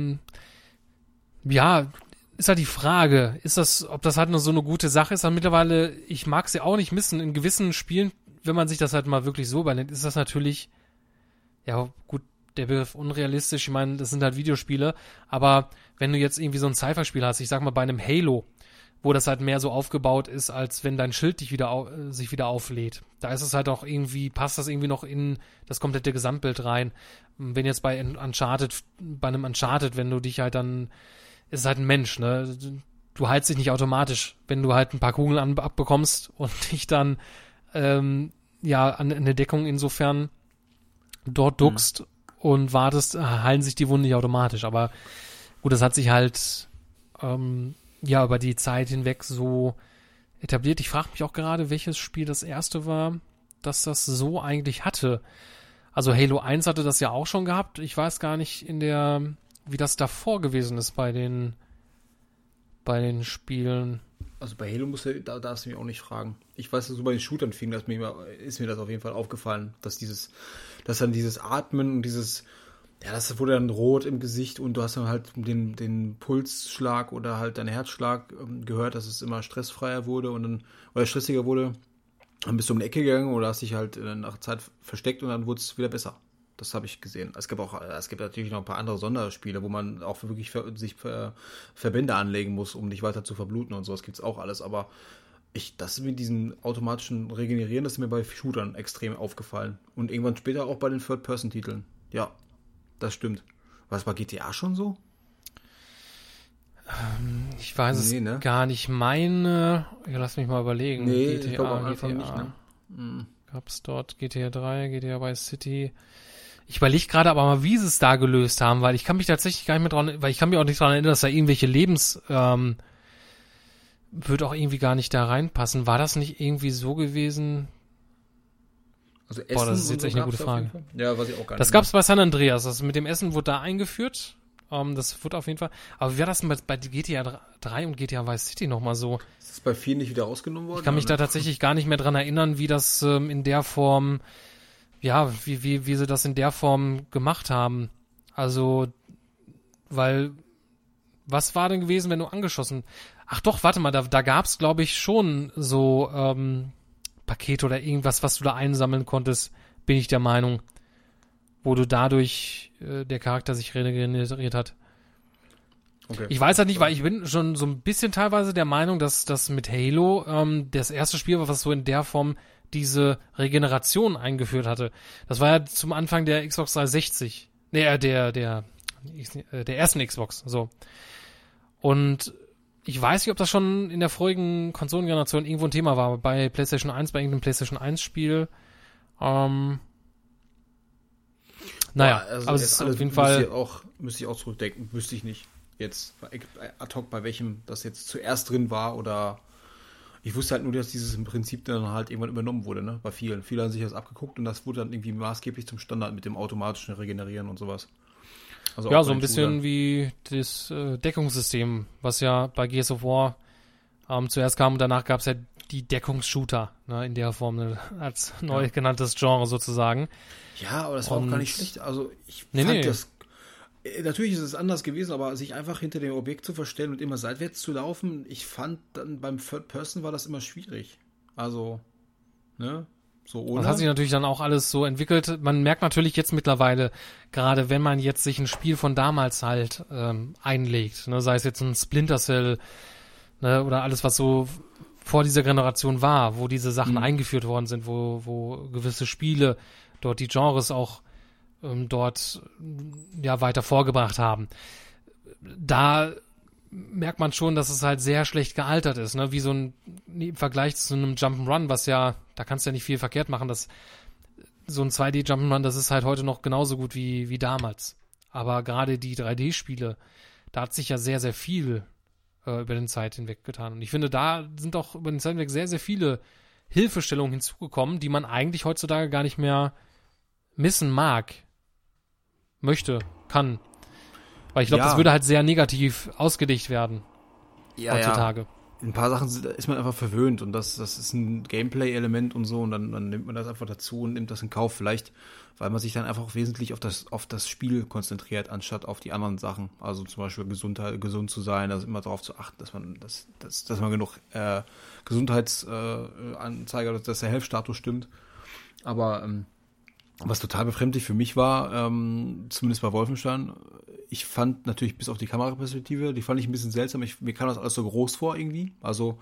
ja, ist halt die Frage, ob das halt nur so eine gute Sache ist. Aber mittlerweile, ich mag es ja auch nicht missen. In gewissen Spielen, wenn man sich das halt mal wirklich so übernimmt, ist das natürlich, ja gut, der Begriff unrealistisch. Ich meine, das sind halt Videospiele. Aber wenn du jetzt irgendwie so ein Sci-Fi-Spiel hast, ich sag mal bei einem Halo, wo das halt mehr so aufgebaut ist, als wenn dein Schild sich wieder auflädt. Da ist es halt auch irgendwie, passt das irgendwie noch in das komplette Gesamtbild rein. Wenn jetzt bei einem Uncharted, wenn du dich halt dann, ist es halt ein Mensch, ne? Du heilst dich nicht automatisch, wenn du halt ein paar Kugeln abbekommst und dich dann ja an eine Deckung insofern dort duckst und wartest, heilen sich die Wunden nicht automatisch. Aber gut, das hat sich halt ja über die Zeit hinweg so etabliert. Ich frage mich auch gerade, welches Spiel das erste war, dass das so eigentlich hatte. Also Halo 1 hatte das ja auch schon gehabt. Ich weiß gar nicht wie das davor gewesen ist bei den Spielen. Also bei Halo da darfst du mich auch nicht fragen. Ich weiß, dass so bei den Shootern fing, ist mir das auf jeden Fall aufgefallen, dass dann dieses Atmen und dieses, ja, das wurde dann rot im Gesicht und du hast dann halt den Pulsschlag oder halt deinen Herzschlag gehört, dass es immer stressfreier wurde oder stressiger wurde. Dann bist du um die Ecke gegangen oder hast dich halt nach Zeit versteckt und dann wurde es wieder besser. Das habe ich gesehen. Es gibt natürlich noch ein paar andere Sonderspiele, wo man auch wirklich sich Verbände anlegen muss, um nicht weiter zu verbluten und sowas gibt's auch alles. Aber das mit diesem automatischen Regenerieren, das ist mir bei Shootern extrem aufgefallen. Und irgendwann später auch bei den Third-Person-Titeln. Ja, das stimmt. War es bei GTA schon so? Ich weiß es gar nicht. Lass mich mal überlegen. Nee, GTA, ich glaube am Anfang nicht, ne? Gab's dort GTA 3, GTA Vice City. Ich überlege gerade aber mal, wie sie es da gelöst haben, weil ich kann mich tatsächlich gar nicht mehr dran, weil ich kann mich auch nicht dran erinnern, dass da irgendwelche wird auch irgendwie gar nicht da reinpassen. War das nicht irgendwie so gewesen? Also Essen, das ist jetzt echt eine gute Frage. Ja, weiß ich auch gar nicht. Das gab's bei San Andreas. Das mit dem Essen wurde da eingeführt. Das wird auf jeden Fall. Aber wie war das denn bei GTA 3 und GTA Vice City nochmal so? Ist das bei vielen nicht wieder rausgenommen worden? Ich kann mich da tatsächlich gar nicht mehr dran erinnern, wie das in der Form ja, wie sie das in der Form gemacht haben. Also, weil, was war denn gewesen, wenn du angeschossen... Ach doch, warte mal, da gab's, glaube ich, schon so Pakete oder irgendwas, was du da einsammeln konntest, bin ich der Meinung. Wo du dadurch der Charakter sich regeneriert hat. Okay. Ich weiß halt nicht, weil ich bin schon so ein bisschen teilweise der Meinung, dass das mit Halo das erste Spiel war, was so in der Form diese Regeneration eingeführt hatte. Das war ja zum Anfang der Xbox 360. Nee, der ersten Xbox, so. Und ich weiß nicht, ob das schon in der vorigen Konsolengeneration irgendwo ein Thema war, bei PlayStation 1, bei irgendeinem PlayStation 1 Spiel. Naja, also aber es ist auf jeden Fall... Müsste ich auch zurückdenken, wüsste ich nicht. Jetzt ad hoc, bei welchem das jetzt zuerst drin war oder... Ich wusste halt nur, dass dieses im Prinzip dann halt irgendwann übernommen wurde, ne? Bei vielen. Viele haben sich das abgeguckt und das wurde dann irgendwie maßgeblich zum Standard mit dem automatischen Regenerieren und sowas. Also ja, so ein bisschen wie das Deckungssystem, was ja bei Gears of War zuerst kam und danach gab es ja die Deckungsshooter, ne, in der Form, ne, als neu genanntes Genre sozusagen. Ja, aber das war auch gar nicht schlecht. Also ich fand das... Natürlich ist es anders gewesen, aber sich einfach hinter dem Objekt zu verstellen und immer seitwärts zu laufen, ich fand dann beim Third Person war das immer schwierig. Also, ne? So ohne. Das hat sich natürlich dann auch alles so entwickelt. Man merkt natürlich jetzt mittlerweile, gerade wenn man jetzt sich ein Spiel von damals halt einlegt, ne, sei es jetzt ein Splinter Cell, ne, oder alles, was so vor dieser Generation war, wo diese Sachen eingeführt worden sind, wo gewisse Spiele dort die Genres auch dort ja weiter vorgebracht haben. Da merkt man schon, dass es halt sehr schlecht gealtert ist, ne? Wie so ein im Vergleich zu einem Jump'n'Run, was ja, da kannst du ja nicht viel verkehrt machen, dass so ein 2D Jump'n'Run, das ist halt heute noch genauso gut wie damals. Aber gerade die 3D-Spiele, da hat sich ja sehr, sehr viel über den Zeit hinweg getan. Und ich finde, da sind auch über den Zeit hinweg sehr, sehr viele Hilfestellungen hinzugekommen, die man eigentlich heutzutage gar nicht mehr missen möchte, kann. Weil ich glaube, das würde halt sehr negativ ausgelegt werden heutzutage. In ein paar Sachen ist man einfach verwöhnt und das ist ein Gameplay-Element und so und dann nimmt man das einfach dazu und nimmt das in Kauf. Vielleicht, weil man sich dann einfach wesentlich auf das Spiel konzentriert, anstatt auf die anderen Sachen. Also zum Beispiel gesund zu sein, also immer darauf zu achten, dass man genug Gesundheitsanzeiger, dass der Health-Status stimmt. Aber was total befremdlich für mich war, zumindest bei Wolfenstein, ich fand natürlich bis auf die Kameraperspektive, die fand ich ein bisschen seltsam. Mir kam das alles so groß vor irgendwie. Also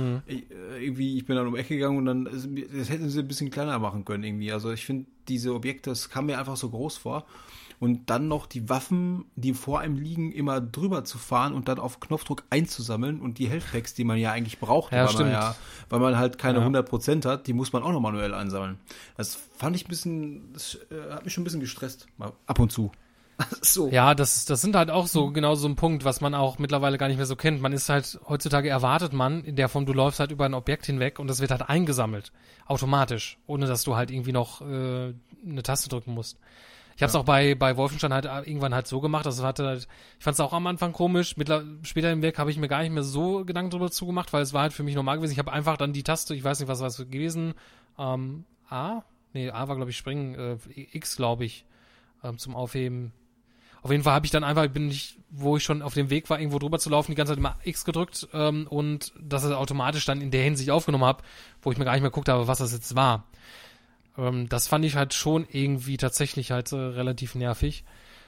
ich bin dann um die Ecke gegangen und dann, das hätten sie ein bisschen kleiner machen können irgendwie. Also ich finde diese Objekte, das kam mir einfach so groß vor. Und dann noch die Waffen, die vor einem liegen, immer drüber zu fahren und dann auf Knopfdruck einzusammeln und die Health Packs, die man ja eigentlich braucht, weil man halt keine 100% hat, die muss man auch noch manuell einsammeln. Das fand ich das hat mich schon ein bisschen gestresst, mal ab und zu. So. Ja, das sind halt auch so genau so ein Punkt, was man auch mittlerweile gar nicht mehr so kennt. Man ist halt, heutzutage erwartet man in der Form, du läufst halt über ein Objekt hinweg und das wird halt eingesammelt, automatisch, ohne dass du halt irgendwie noch eine Taste drücken musst. Ich habe es auch bei Wolfenstein halt irgendwann halt so gemacht, ich fand es auch am Anfang komisch, später hinweg habe ich mir gar nicht mehr so Gedanken drüber zugemacht, weil es war halt für mich normal gewesen. Ich habe einfach dann die Taste, ich weiß nicht, was war es gewesen, A war glaube ich Springen, X glaube ich, zum Aufheben. Auf jeden Fall habe ich dann einfach, wo ich schon auf dem Weg war, irgendwo drüber zu laufen, die ganze Zeit immer X gedrückt und dass es automatisch dann in der Hinsicht aufgenommen habe, wo ich mir gar nicht mehr geguckt habe, was das jetzt war. Das fand ich halt schon irgendwie tatsächlich halt relativ nervig.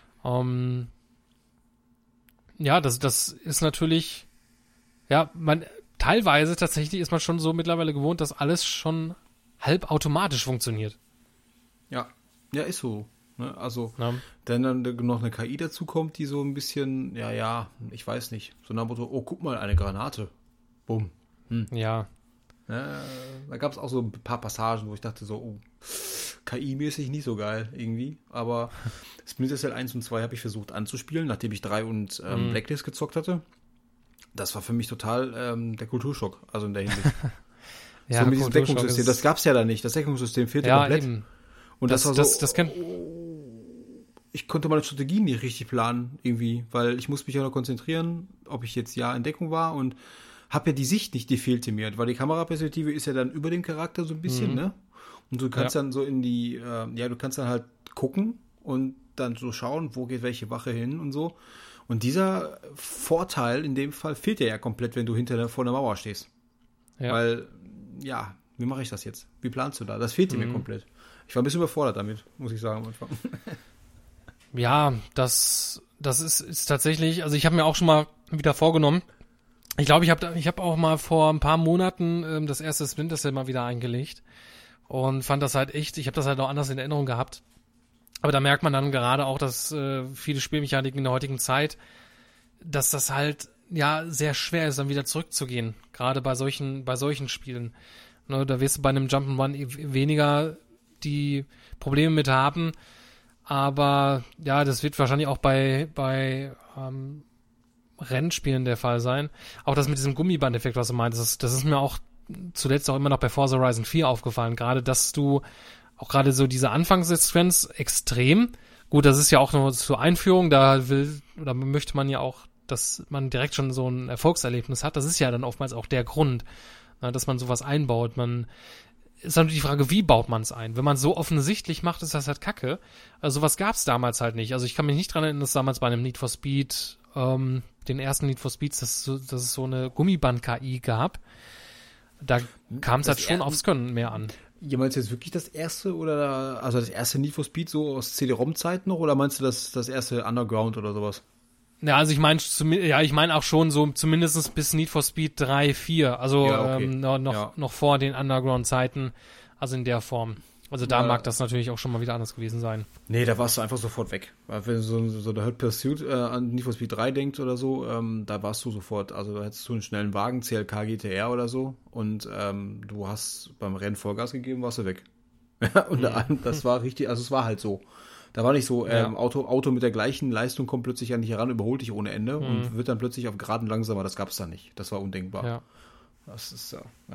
Ja, das ist natürlich, ja, teilweise tatsächlich ist man schon so mittlerweile gewohnt, dass alles schon halb automatisch funktioniert. Ja, ist so. Ne? Also, wenn dann noch eine KI dazu kommt, die so ein bisschen, ich weiß nicht, so nach dem Motto, oh, guck mal, eine Granate. Bumm. Ja. Da gab es auch so ein paar Passagen, wo ich dachte so, oh, KI-mäßig nicht so geil irgendwie, aber Splinter Cell 1 und 2 habe ich versucht anzuspielen, nachdem ich 3 und Blacklist gezockt hatte. Das war für mich total der Kulturschock, also in der Hinsicht. Ja, so mit diesem Deckungssystem, das gab es ja da nicht, das Deckungssystem fehlte komplett. Eben. Und das war so, ich konnte meine Strategien nicht richtig planen irgendwie, weil ich musste mich ja noch konzentrieren, ob ich jetzt in Deckung war und habe ja die Sicht nicht, die fehlte mir, weil die Kameraperspektive ist ja dann über dem Charakter so ein bisschen, ne? Und du kannst dann so in die, du kannst dann halt gucken und dann so schauen, wo geht welche Wache hin und so. Und dieser Vorteil in dem Fall fehlt dir ja komplett, wenn du vor der Mauer stehst. Ja. Weil, wie mache ich das jetzt? Wie planst du da? Das fehlt dir mir komplett. Ich war ein bisschen überfordert damit, muss ich sagen am Anfang. Ja, das ist tatsächlich, also ich habe mir auch schon mal wieder vorgenommen, ich glaube, ich hab auch mal vor ein paar Monaten das erste Splinter Cell mal wieder eingelegt und fand das halt echt, ich habe das halt auch anders in Erinnerung gehabt. Aber da merkt man dann gerade auch, dass viele Spielmechaniken in der heutigen Zeit, dass das halt sehr schwer ist, dann wieder zurückzugehen. Gerade bei solchen Spielen. Ne, da wirst du bei einem Jump'n'Run weniger die Probleme mit haben. Aber ja, das wird wahrscheinlich auch bei Rennspielen der Fall sein. Auch das mit diesem Gummiband-Effekt, was du meintest, das ist mir auch zuletzt auch immer noch bei Forza Horizon 4 aufgefallen. Gerade, dass du auch gerade so diese Anfangssequenz extrem. Gut, das ist ja auch nur zur Einführung, da möchte man ja auch, dass man direkt schon so ein Erfolgserlebnis hat. Das ist ja dann oftmals auch der Grund, dass man sowas einbaut. Ist natürlich die Frage, wie baut man es ein? Wenn man es so offensichtlich macht, ist das halt Kacke. Also sowas gab es damals halt nicht. Also ich kann mich nicht dran erinnern, dass damals bei einem Need for Speed, den ersten Need for Speeds, dass es so eine Gummiband-KI gab. Da kam es halt schon aufs Können mehr an. Ja, meinst du jetzt wirklich das erste also das erste Need for Speed so aus CD-ROM-Zeit noch oder meinst du das erste Underground oder sowas? Ja, also ich meine auch schon so zumindest bis Need for Speed 3, 4, also noch vor den Underground-Zeiten, also in der Form. Also da mag das natürlich auch schon mal wieder anders gewesen sein. Nee, da warst du einfach sofort weg. Weil wenn so der Hot Pursuit an Need for Speed 3 denkt oder so, da warst du sofort, also da hättest du einen schnellen Wagen, CLK GTR oder so und du hast beim Rennen Vollgas gegeben, warst du weg. Und das war richtig, also es war halt so. Da war nicht so, Auto mit der gleichen Leistung kommt plötzlich an dich heran, überholt dich ohne Ende und wird dann plötzlich auf Geraden langsamer. Das gab es da nicht. Das war undenkbar. Ja. Das ist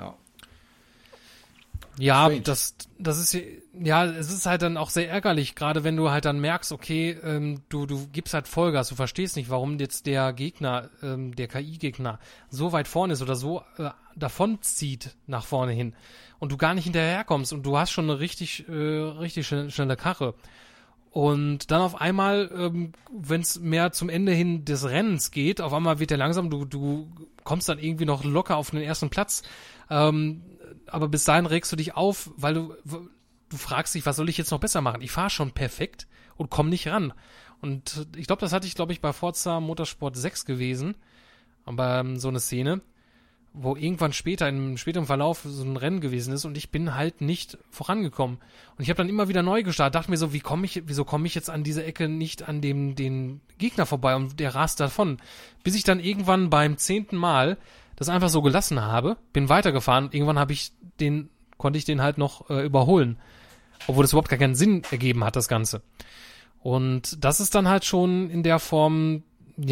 Ja, das ist, es ist halt dann auch sehr ärgerlich, gerade wenn du halt dann merkst, okay, du gibst halt Vollgas, du verstehst nicht, warum jetzt der Gegner, der KI-Gegner so weit vorne ist oder so davon zieht nach vorne hin und du gar nicht hinterherkommst und du hast schon eine richtig schnelle Karre. Und dann auf einmal, wenn es mehr zum Ende hin des Rennens geht, auf einmal wird der langsam, du kommst dann irgendwie noch locker auf den ersten Platz, aber bis dahin regst du dich auf, weil du fragst dich, was soll ich jetzt noch besser machen? Ich fahre schon perfekt und komme nicht ran. Und ich glaube, das hatte ich, bei Forza Motorsport 6 gewesen, aber so eine Szene, wo irgendwann im späteren Verlauf so ein Rennen gewesen ist und ich bin halt nicht vorangekommen. Und ich habe dann immer wieder neu gestartet, dachte mir so, wieso komme ich jetzt an dieser Ecke nicht an den Gegner vorbei und der rast davon. Bis ich dann irgendwann beim 10. Mal das einfach so gelassen habe, bin weitergefahren und irgendwann konnte ich den halt noch überholen. Obwohl das überhaupt gar keinen Sinn ergeben hat, das Ganze. Und das ist dann halt schon in der Form,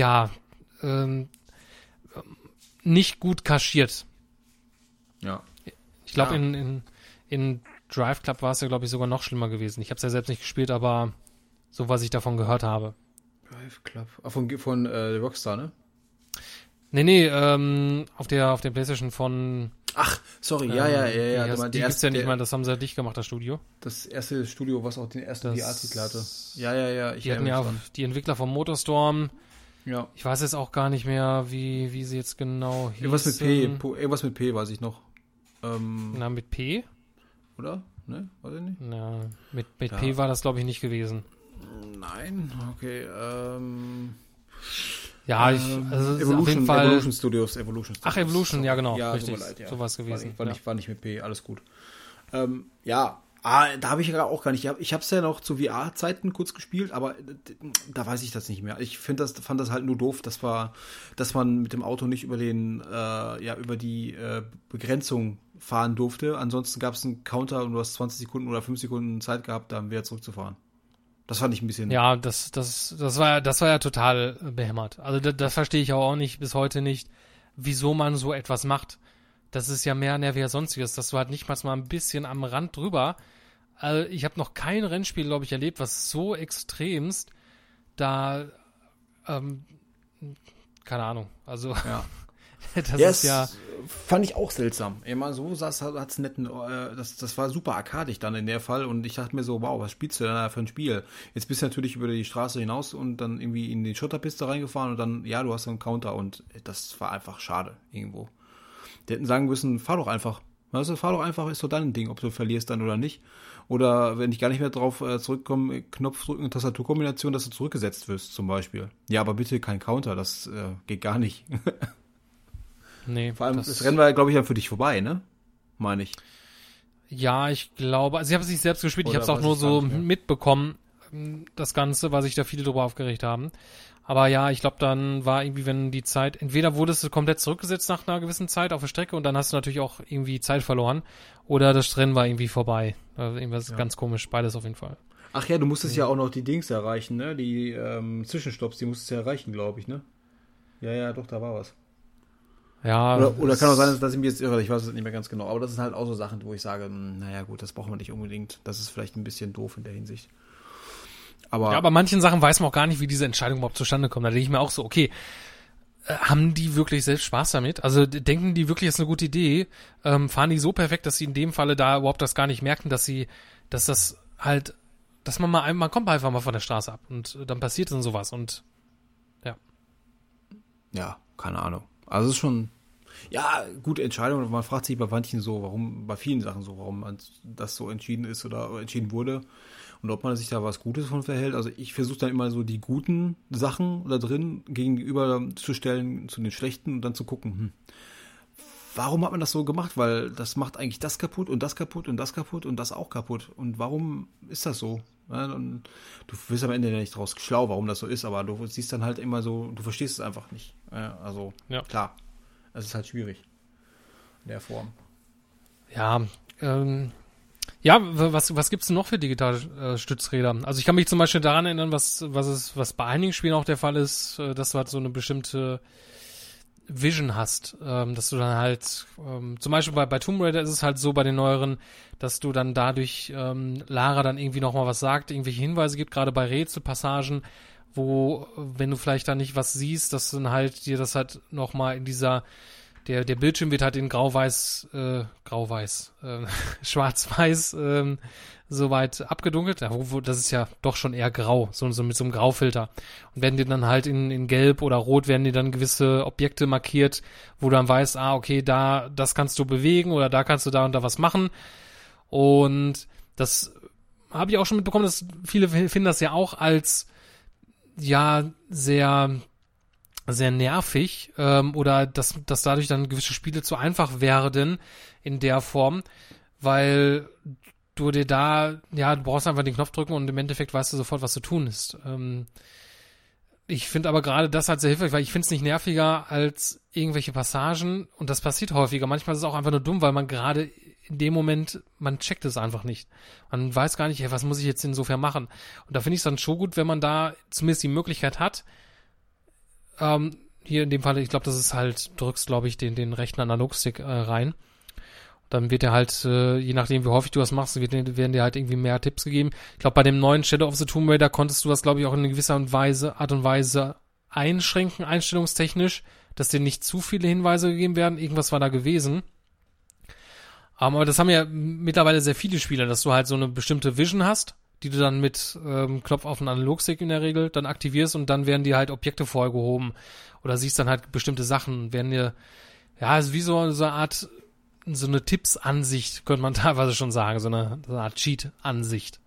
nicht gut kaschiert. Ja. Ich glaube, in Drive Club war es ja, glaube ich, sogar noch schlimmer gewesen. Ich habe es ja selbst nicht gespielt, aber so, was ich davon gehört habe. Drive Club. Von Rockstar, ne? Nee, auf der PlayStation von... Ach, sorry, ja. Die gibt's ja nicht mal, das haben sie ja dicht gemacht, das Studio. Das erste Studio, was auch den ersten VR-Titel hatte. Ja. Die hatten ja die Entwickler vom Motorstorm. Ja. Ich weiß jetzt auch gar nicht mehr, wie sie jetzt genau hießen. Irgendwas mit P weiß ich noch. Mit P? Oder? Ne? Weiß ich nicht. Na, mit P war das, glaube ich, nicht gewesen. Nein? Okay, auf jeden Fall... Evolution Studios. Ach, Evolution, ja genau, ja, richtig. Leid, ja. So war es gewesen. War nicht mit P, alles gut. Da habe ich ja auch gar nicht. Ich habe es ja noch zu VR-Zeiten kurz gespielt, aber da weiß ich das nicht mehr. Ich fand das halt nur doof, dass man mit dem Auto nicht über die Begrenzung fahren durfte. Ansonsten gab es einen Counter und du hast 20 Sekunden oder 5 Sekunden Zeit gehabt, dann wieder zurückzufahren. Das fand ich ein bisschen... Ja, das war ja total behämmert. Also das verstehe ich auch nicht, bis heute nicht, wieso man so etwas macht. Das ist ja mehr nervig als sonstiges, dass du halt nicht mal ein bisschen am Rand drüber. Also ich habe noch kein Rennspiel, glaube ich, erlebt, was so extremst da, keine Ahnung, also Das ist ja... Fand ich auch seltsam. Immer so hat's netten, das war super arkadig dann in der Fall und ich dachte mir so, wow, was spielst du denn da für ein Spiel? Jetzt bist du natürlich über die Straße hinaus und dann irgendwie in die Schotterpiste reingefahren und dann, ja, du hast einen Counter und das war einfach schade irgendwo. Die hätten sagen müssen, fahr doch einfach. Weißt du, fahr doch einfach, ist doch dein Ding, ob du verlierst dann oder nicht. Oder wenn ich gar nicht mehr drauf zurückkomme, Knopf drücken, Tastaturkombination, dass du zurückgesetzt wirst zum Beispiel. Ja, aber bitte kein Counter, das geht gar nicht. Nee, vor allem, das Rennen war, glaube ich, dann für dich vorbei, ne? Meine ich. Ja, ich glaube, also ich habe es nicht selbst gespielt, ich habe es auch nur so mitbekommen, das Ganze, weil sich da viele drüber aufgeregt haben. Aber ja, ich glaube, dann war irgendwie, wenn die Zeit, entweder wurdest du komplett zurückgesetzt nach einer gewissen Zeit auf der Strecke und dann hast du natürlich auch irgendwie Zeit verloren, oder das Rennen war irgendwie vorbei. Also irgendwas ganz komisch, beides auf jeden Fall. Ach ja, du musstest ja auch noch die Dings erreichen, ne? Die Zwischenstopps, die musstest du ja erreichen, glaube ich, ne? Ja, doch, da war was. Ja. Oder kann auch sein, dass ich mich jetzt irre, ich weiß es nicht mehr ganz genau. Aber das sind halt auch so Sachen, wo ich sage, naja gut, das brauchen wir nicht unbedingt. Das ist vielleicht ein bisschen doof in der Hinsicht. Aber bei manchen Sachen weiß man auch gar nicht, wie diese Entscheidung überhaupt zustande kommt. Da denke ich mir auch so, okay, haben die wirklich selbst Spaß damit? Also denken die wirklich, das ist eine gute Idee? Fahren die so perfekt, dass sie in dem Falle da überhaupt das gar nicht merken, dass man kommt einfach mal von der Straße ab und dann passiert dann sowas und ja. Ja, keine Ahnung. Also es ist schon, ja, gute Entscheidung. Man fragt sich bei manchen so, bei vielen Sachen so, warum das so entschieden ist oder entschieden wurde und ob man sich da was Gutes von verhält. Also ich versuche dann immer so die guten Sachen da drin gegenüber zu stellen zu den schlechten und dann zu gucken, warum hat man das so gemacht? Weil das macht eigentlich das kaputt und das kaputt und das kaputt und das auch kaputt. Und warum ist das so? Ja, und du wirst am Ende ja nicht draus schlau, warum das so ist, aber du siehst dann halt immer so, du verstehst es einfach nicht. Ja, also, klar, es ist halt schwierig in der Form. Ja, was gibt's denn noch für digitale Stützräder? Also ich kann mich zum Beispiel daran erinnern, was bei einigen Spielen auch der Fall ist, dass du halt so eine bestimmte Vision hast, dass du dann halt, zum Beispiel bei Tomb Raider ist es halt so bei den neueren, dass du dann dadurch Lara dann irgendwie nochmal was sagt, irgendwelche Hinweise gibt, gerade bei Rätselpassagen, wo, wenn du vielleicht da nicht was siehst, dass dann halt dir das halt nochmal in dieser, der Bildschirm wird halt in schwarz-weiß soweit abgedunkelt, das ist ja doch schon eher grau, so mit so einem Graufilter. Und werden dir dann halt in gelb oder rot werden dir dann gewisse Objekte markiert, wo du dann weißt, okay, das kannst du bewegen oder da kannst du da und da was machen. Und das habe ich auch schon mitbekommen, dass viele finden das ja auch als ja sehr sehr nervig oder dass dadurch dann gewisse Spiele zu einfach werden in der Form, weil du dir du brauchst einfach den Knopf drücken und im Endeffekt weißt du sofort, was zu tun ist. Ich finde aber gerade das halt sehr hilfreich, weil ich finde es nicht nerviger als irgendwelche Passagen und das passiert häufiger. Manchmal ist es auch einfach nur dumm, weil man gerade in dem Moment, man checkt es einfach nicht. Man weiß gar nicht, was muss ich jetzt insofern machen. Und da finde ich es dann schon gut, wenn man da zumindest die Möglichkeit hat, hier in dem Fall, ich glaube, das ist halt, du drückst, glaube ich, den rechten Analogstick rein. Dann wird dir halt, je nachdem, wie häufig du das machst, werden dir halt irgendwie mehr Tipps gegeben. Ich glaube, bei dem neuen Shadow of the Tomb Raider konntest du das, glaube ich, auch in gewisser Art und Weise einschränken, einstellungstechnisch, dass dir nicht zu viele Hinweise gegeben werden. Irgendwas war da gewesen. Aber das haben ja mittlerweile sehr viele Spieler, dass du halt so eine bestimmte Vision hast, die du dann mit Knopf auf den Analogstick in der Regel dann aktivierst und dann werden dir halt Objekte vorgehoben oder siehst dann halt bestimmte Sachen, werden dir, ist wie so eine Art, so eine Tipps-Ansicht, könnte man teilweise schon sagen, so eine Art Cheat-Ansicht.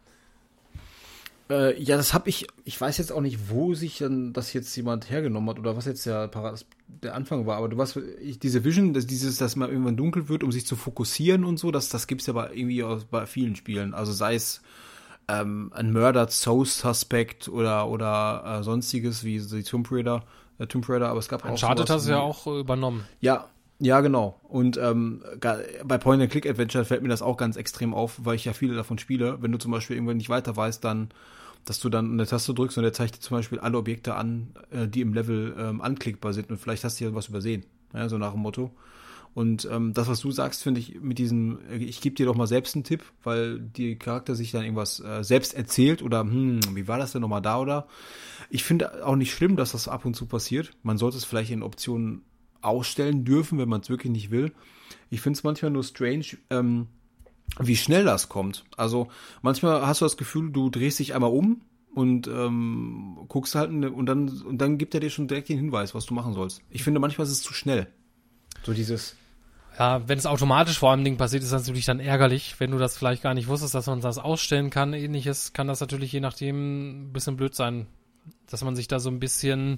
Das habe ich weiß jetzt auch nicht, wo sich dann das jetzt jemand hergenommen hat oder was jetzt der Anfang war, aber diese Vision, dass man irgendwann dunkel wird, um sich zu fokussieren und so, das gibt's ja bei vielen Spielen, also sei es ein Murdered Soul Suspect oder sonstiges wie die Tomb Raider, aber es gab auch Uncharted hast du ja auch übernommen. Ja, genau. Und bei Point-and-Click-Adventure fällt mir das auch ganz extrem auf, weil ich ja viele davon spiele. Wenn du zum Beispiel irgendwann nicht weiter weißt, dann, dass du dann eine Taste drückst und der zeigt dir zum Beispiel alle Objekte an, die im Level anklickbar sind und vielleicht hast du ja was übersehen, ja, so nach dem Motto. Und das, was du sagst, finde ich mit diesem, ich gebe dir doch mal selbst einen Tipp, weil die Charakter sich dann irgendwas selbst erzählt oder wie war das denn nochmal da oder? Ich finde auch nicht schlimm, dass das ab und zu passiert. Man sollte es vielleicht in Optionen ausstellen dürfen, wenn man es wirklich nicht will. Ich finde es manchmal nur strange, wie schnell das kommt. Also manchmal hast du das Gefühl, du drehst dich einmal um und guckst halt und dann gibt er dir schon direkt den Hinweis, was du machen sollst. Ich finde, manchmal ist es zu schnell. So dieses... Ja, wenn es automatisch vor allem passiert, ist das natürlich dann ärgerlich, wenn du das vielleicht gar nicht wusstest, dass man das ausstellen kann. Ähnliches kann das natürlich je nachdem ein bisschen blöd sein, dass man sich da so ein bisschen,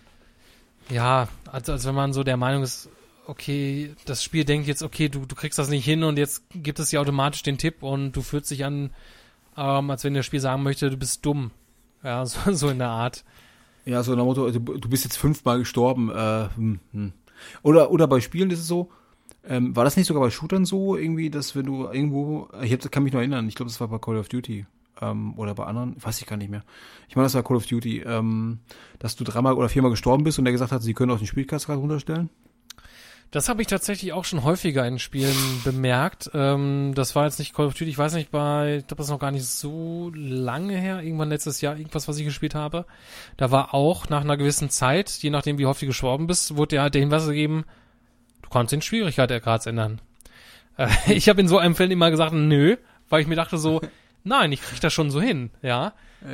ja, als wenn man so der Meinung ist, okay, das Spiel denkt jetzt, okay, du kriegst das nicht hin und jetzt gibt es dir automatisch den Tipp und du fühlst dich an, als wenn das Spiel sagen möchte, du bist dumm. Ja, so in der Art. Ja, so nach dem Motto, du bist jetzt 5-mal gestorben. Oder bei Spielen ist es so, war das nicht sogar bei Shootern so, irgendwie, dass wenn du irgendwo, kann mich noch erinnern, ich glaube, das war bei Call of Duty, oder bei anderen, weiß ich gar nicht mehr. Ich meine, das war Call of Duty, dass du 3-mal oder 4-mal gestorben bist und der gesagt hat, sie können auch den Schwierigkeitsgrad runterstellen. Das habe ich tatsächlich auch schon häufiger in Spielen bemerkt. Das war jetzt nicht Call of Duty, ich weiß nicht, ich glaube, das ist noch gar nicht so lange her, irgendwann letztes Jahr, irgendwas, was ich gespielt habe. Da war auch nach einer gewissen Zeit, je nachdem, wie häufig du gestorben bist, wurde dir halt der Hinweis gegeben, du kannst den Schwierigkeitsgrad ändern. Ich habe in so einem Fall immer gesagt, nö, weil ich mir dachte so, nein, ich krieg das schon so hin, ja.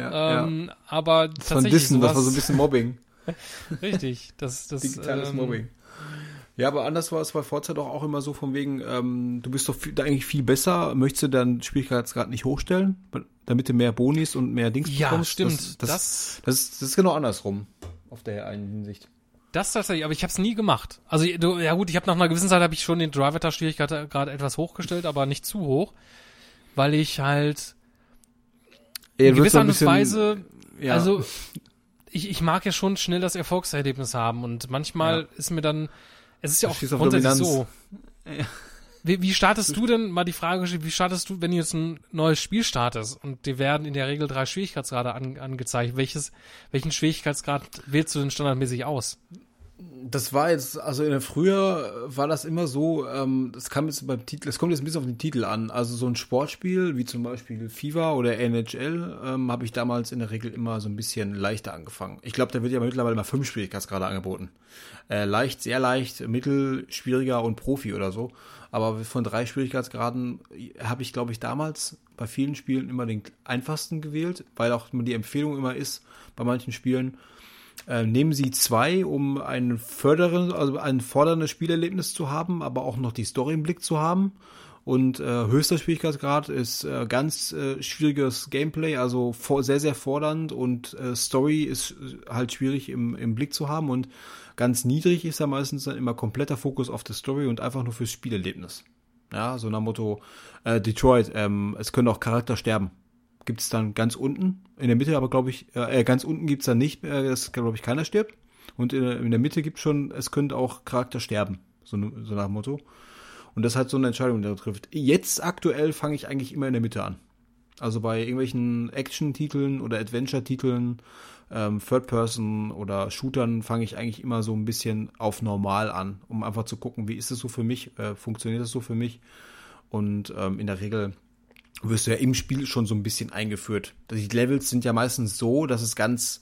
Aber das tatsächlich das war so ein bisschen Mobbing. Richtig, das digitales Mobbing. Ja, aber anders war es bei Forza doch auch immer so von wegen, du bist doch eigentlich viel besser, möchtest du dann Schwierigkeitsgrad nicht hochstellen, damit du mehr Bonis und mehr Dings bekommst? Ja, stimmt. Das ist genau andersrum auf der einen Hinsicht. Das tatsächlich, aber ich habe es nie gemacht. Also ja gut, ich habe nach einer gewissen Zeit habe ich schon den Driver-Schwierigkeit gerade etwas hochgestellt, aber nicht zu hoch, weil ich halt in gewisser Art und Weise, ja. Also ich mag ja schon schnell das Erfolgserlebnis haben und manchmal ist mir dann, es ist ja auch grundsätzlich so. Ja. Wie startest du denn, mal die Frage, wie startest du, wenn du jetzt ein neues Spiel startest und dir werden in der Regel 3 Schwierigkeitsgrade angezeigt, welchen Schwierigkeitsgrad wählst du denn standardmäßig aus? Das war jetzt, also früher war das immer so, das kam jetzt beim Titel, es kommt jetzt ein bisschen auf den Titel an. Also so ein Sportspiel, wie zum Beispiel FIFA oder NHL, habe ich damals in der Regel immer so ein bisschen leichter angefangen. Ich glaube, da wird ja mittlerweile mal 5 Schwierigkeitsgrade angeboten. Leicht, sehr leicht, mittel, schwieriger und Profi oder so. Aber von 3 Schwierigkeitsgraden habe ich, glaube ich, damals bei vielen Spielen immer den einfachsten gewählt, weil auch die Empfehlung immer ist, bei manchen Spielen, nehmen Sie 2, um ein forderndes Spielerlebnis zu haben, aber auch noch die Story im Blick zu haben. Und höchster Schwierigkeitsgrad ist ganz schwieriges Gameplay, also sehr, sehr fordernd und Story ist halt schwierig im Blick zu haben. Und ganz niedrig ist da meistens dann immer kompletter Fokus auf die Story und einfach nur fürs Spielerlebnis. Ja, so nach Motto Detroit, es können auch Charakter sterben. Gibt es dann ganz unten, in der Mitte aber glaube ich, ganz unten gibt es dann nicht, dass glaube ich keiner stirbt. Und in der Mitte gibt es schon, es könnte auch Charakter sterben, so nach dem Motto. Und das ist halt so eine Entscheidung, die er trifft. Jetzt aktuell fange ich eigentlich immer in der Mitte an. Also bei irgendwelchen Action-Titeln oder Adventure-Titeln, Third-Person oder Shootern fange ich eigentlich immer so ein bisschen auf normal an, um einfach zu gucken, wie ist es so für mich, funktioniert das so für mich. Und in der Regel wirst du ja im Spiel schon so ein bisschen eingeführt. Die Levels sind ja meistens so, dass es ganz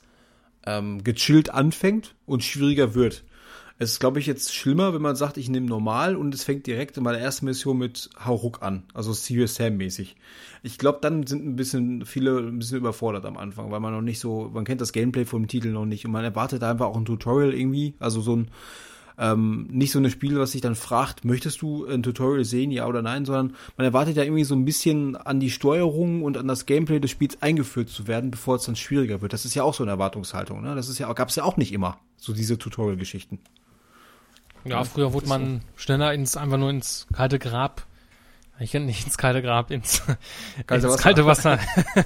gechillt anfängt und schwieriger wird. Es ist, glaube ich, jetzt schlimmer, wenn man sagt, ich nehme normal und es fängt direkt in meiner ersten Mission mit Hauruck an, also Serious Sam mäßig. Ich glaube, dann sind viele ein bisschen überfordert am Anfang, weil man noch nicht so, man kennt das Gameplay vom Titel noch nicht und man erwartet einfach auch ein Tutorial irgendwie, also so ein nicht so ein Spiel, was sich dann fragt, möchtest du ein Tutorial sehen, ja oder nein, sondern man erwartet ja irgendwie so ein bisschen an die Steuerung und an das Gameplay des Spiels eingeführt zu werden, bevor es dann schwieriger wird. Das ist ja auch so eine Erwartungshaltung, ne? Das ist ja, gab's ja auch nicht immer, so diese Tutorial-Geschichten. Ja, früher wurde man schneller einfach nur ins kalte Grab, ich kenne nicht ins kalte Grab, ins kalte Wasser.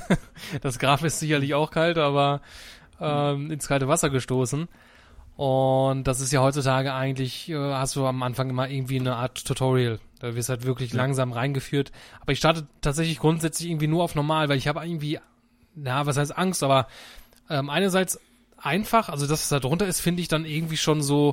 Das Grab ist sicherlich auch kalt, aber ins kalte Wasser gestoßen. Und das ist ja heutzutage eigentlich, hast du am Anfang immer irgendwie eine Art Tutorial. Da wirst du halt wirklich langsam reingeführt. Aber ich starte tatsächlich grundsätzlich irgendwie nur auf normal, weil ich habe irgendwie, was heißt Angst, aber einerseits einfach, also das, was da drunter ist, finde ich dann irgendwie schon so,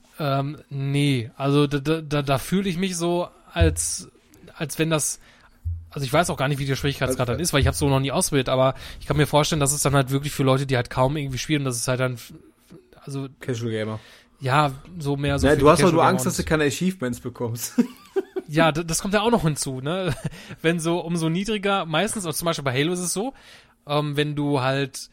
nee. Also da fühle ich mich so, als wenn das, also ich weiß auch gar nicht, wie der Schwierigkeitsgrad dann ist, weil ich habe es so noch nie ausprobiert, aber ich kann mir vorstellen, dass es dann halt wirklich für Leute, die halt kaum irgendwie spielen, dass es halt dann also Casual Gamer. ja, so mehr so. Ja, für du hast die doch nur Casual Angst, Gamer dass du keine Achievements bekommst. Ja, das kommt ja auch noch hinzu, ne? Wenn so umso niedriger, meistens, und zum Beispiel bei Halo ist es so, wenn du halt,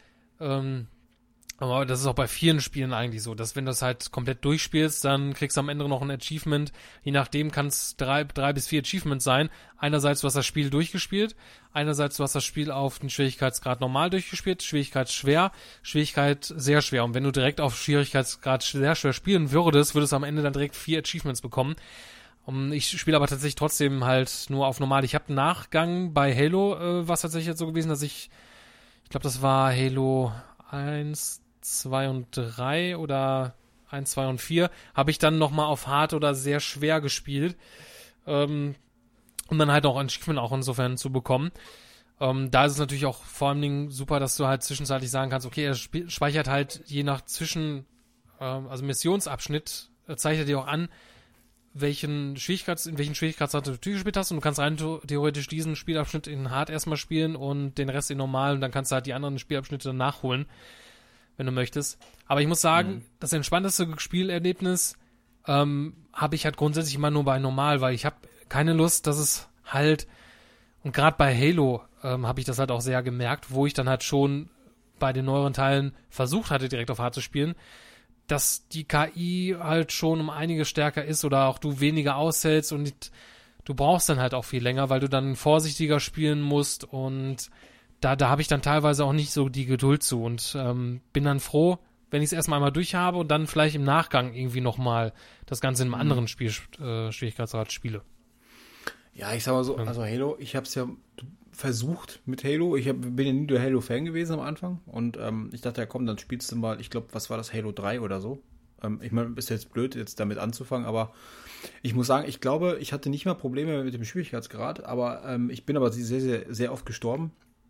aber das ist auch bei vielen Spielen eigentlich so, dass wenn du das halt komplett durchspielst, dann kriegst du am Ende noch ein Achievement. Je nachdem kann es 3 bis 4 Achievements sein. Einerseits, du hast das Spiel durchgespielt. Einerseits, du hast das Spiel auf den Schwierigkeitsgrad normal durchgespielt. Schwierigkeit schwer. Schwierigkeit sehr schwer. Und wenn du direkt auf Schwierigkeitsgrad sehr schwer spielen würdest du am Ende dann direkt 4 Achievements bekommen. Ich spiele aber tatsächlich trotzdem halt nur auf normal. Ich habe einen Nachgang bei Halo, was tatsächlich jetzt so gewesen, dass ich glaube, das war Halo 1, 2 und 3 oder 1, 2 und 4, habe ich dann nochmal auf hart oder sehr schwer gespielt, um dann halt auch ein Achievement auch insofern zu bekommen. Da ist es natürlich auch vor allen Dingen super, dass du halt zwischenzeitlich sagen kannst, okay, er speichert halt je nach also Missionsabschnitt, zeigt er dir auch an, in welchen Schwierigkeitsgrad du gespielt hast, und du kannst rein theoretisch diesen Spielabschnitt in hart erstmal spielen und den Rest in normal, und dann kannst du halt die anderen Spielabschnitte dann nachholen, wenn du möchtest. Aber ich muss sagen, das entspannteste Spielerlebnis habe ich halt grundsätzlich immer nur bei normal, weil ich habe keine Lust, dass es halt, und gerade bei Halo habe ich das halt auch sehr gemerkt, wo ich dann halt schon bei den neueren Teilen versucht hatte, direkt auf hart zu spielen, dass die KI halt schon um einiges stärker ist oder auch du weniger aushältst, und du brauchst dann halt auch viel länger, weil du dann vorsichtiger spielen musst, und da habe ich dann teilweise auch nicht so die Geduld zu, und bin dann froh, wenn ich es erstmal einmal durch habe und dann vielleicht im Nachgang irgendwie nochmal das Ganze in einem anderen Schwierigkeitsgrad spiele. Ja, ich sag mal so, also Halo, ich hab's ja versucht mit Halo. Bin ja nie der Halo-Fan gewesen am Anfang, und ich dachte, ja komm, dann spielst du mal, ich glaube, was war das, Halo 3 oder so. Ich meine, ist jetzt blöd, jetzt damit anzufangen, aber ich muss sagen, ich glaube, ich hatte nicht mal Probleme mit dem Schwierigkeitsgrad, aber ich bin aber sehr, sehr, sehr oft gestorben.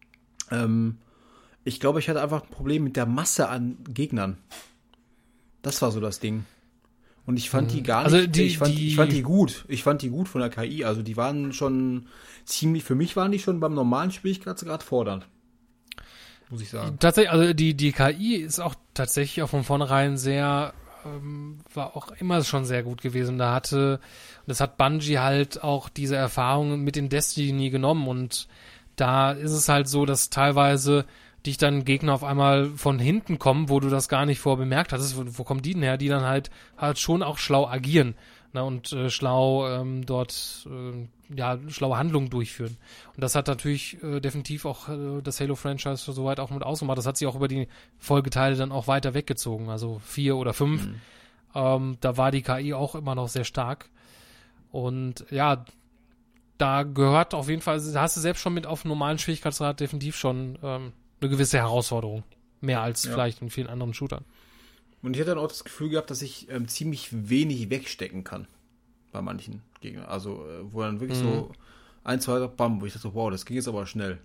Ich glaube, ich hatte einfach ein Problem mit der Masse an Gegnern. Das war so das Ding. Und ich fand die gar nicht, also ich fand die gut. Ich fand die gut von der KI. Also die waren schon ziemlich, für mich waren die schon beim normalen Schwierigkeitsgrad fordernd. Muss ich sagen. Tatsächlich, also die KI ist auch tatsächlich auch von vornherein sehr, war auch immer schon sehr gut gewesen. Das hat Bungie halt auch diese Erfahrung mit in Destiny genommen, und da ist es halt so, dass teilweise dich dann Gegner auf einmal von hinten kommen, wo du das gar nicht vorher bemerkt hattest. Wo kommen die denn her? Die dann halt schon auch schlau agieren, ne, und schlau dort schlaue Handlungen durchführen. Und das hat natürlich definitiv auch das Halo-Franchise soweit auch mit ausgemacht. Das hat sich auch über die Folgeteile dann auch weiter weggezogen, also 4 oder 5. Da war die KI auch immer noch sehr stark. Und ja, da gehört auf jeden Fall, da hast du selbst schon mit auf normalen Schwierigkeitsgrad definitiv schon eine gewisse Herausforderung. Mehr als vielleicht in vielen anderen Shootern. Und ich hatte dann auch das Gefühl gehabt, dass ich ziemlich wenig wegstecken kann bei manchen Gegnern. Also, wo dann wirklich so 1, 2, bam, wo ich dachte, wow, das ging jetzt aber schnell.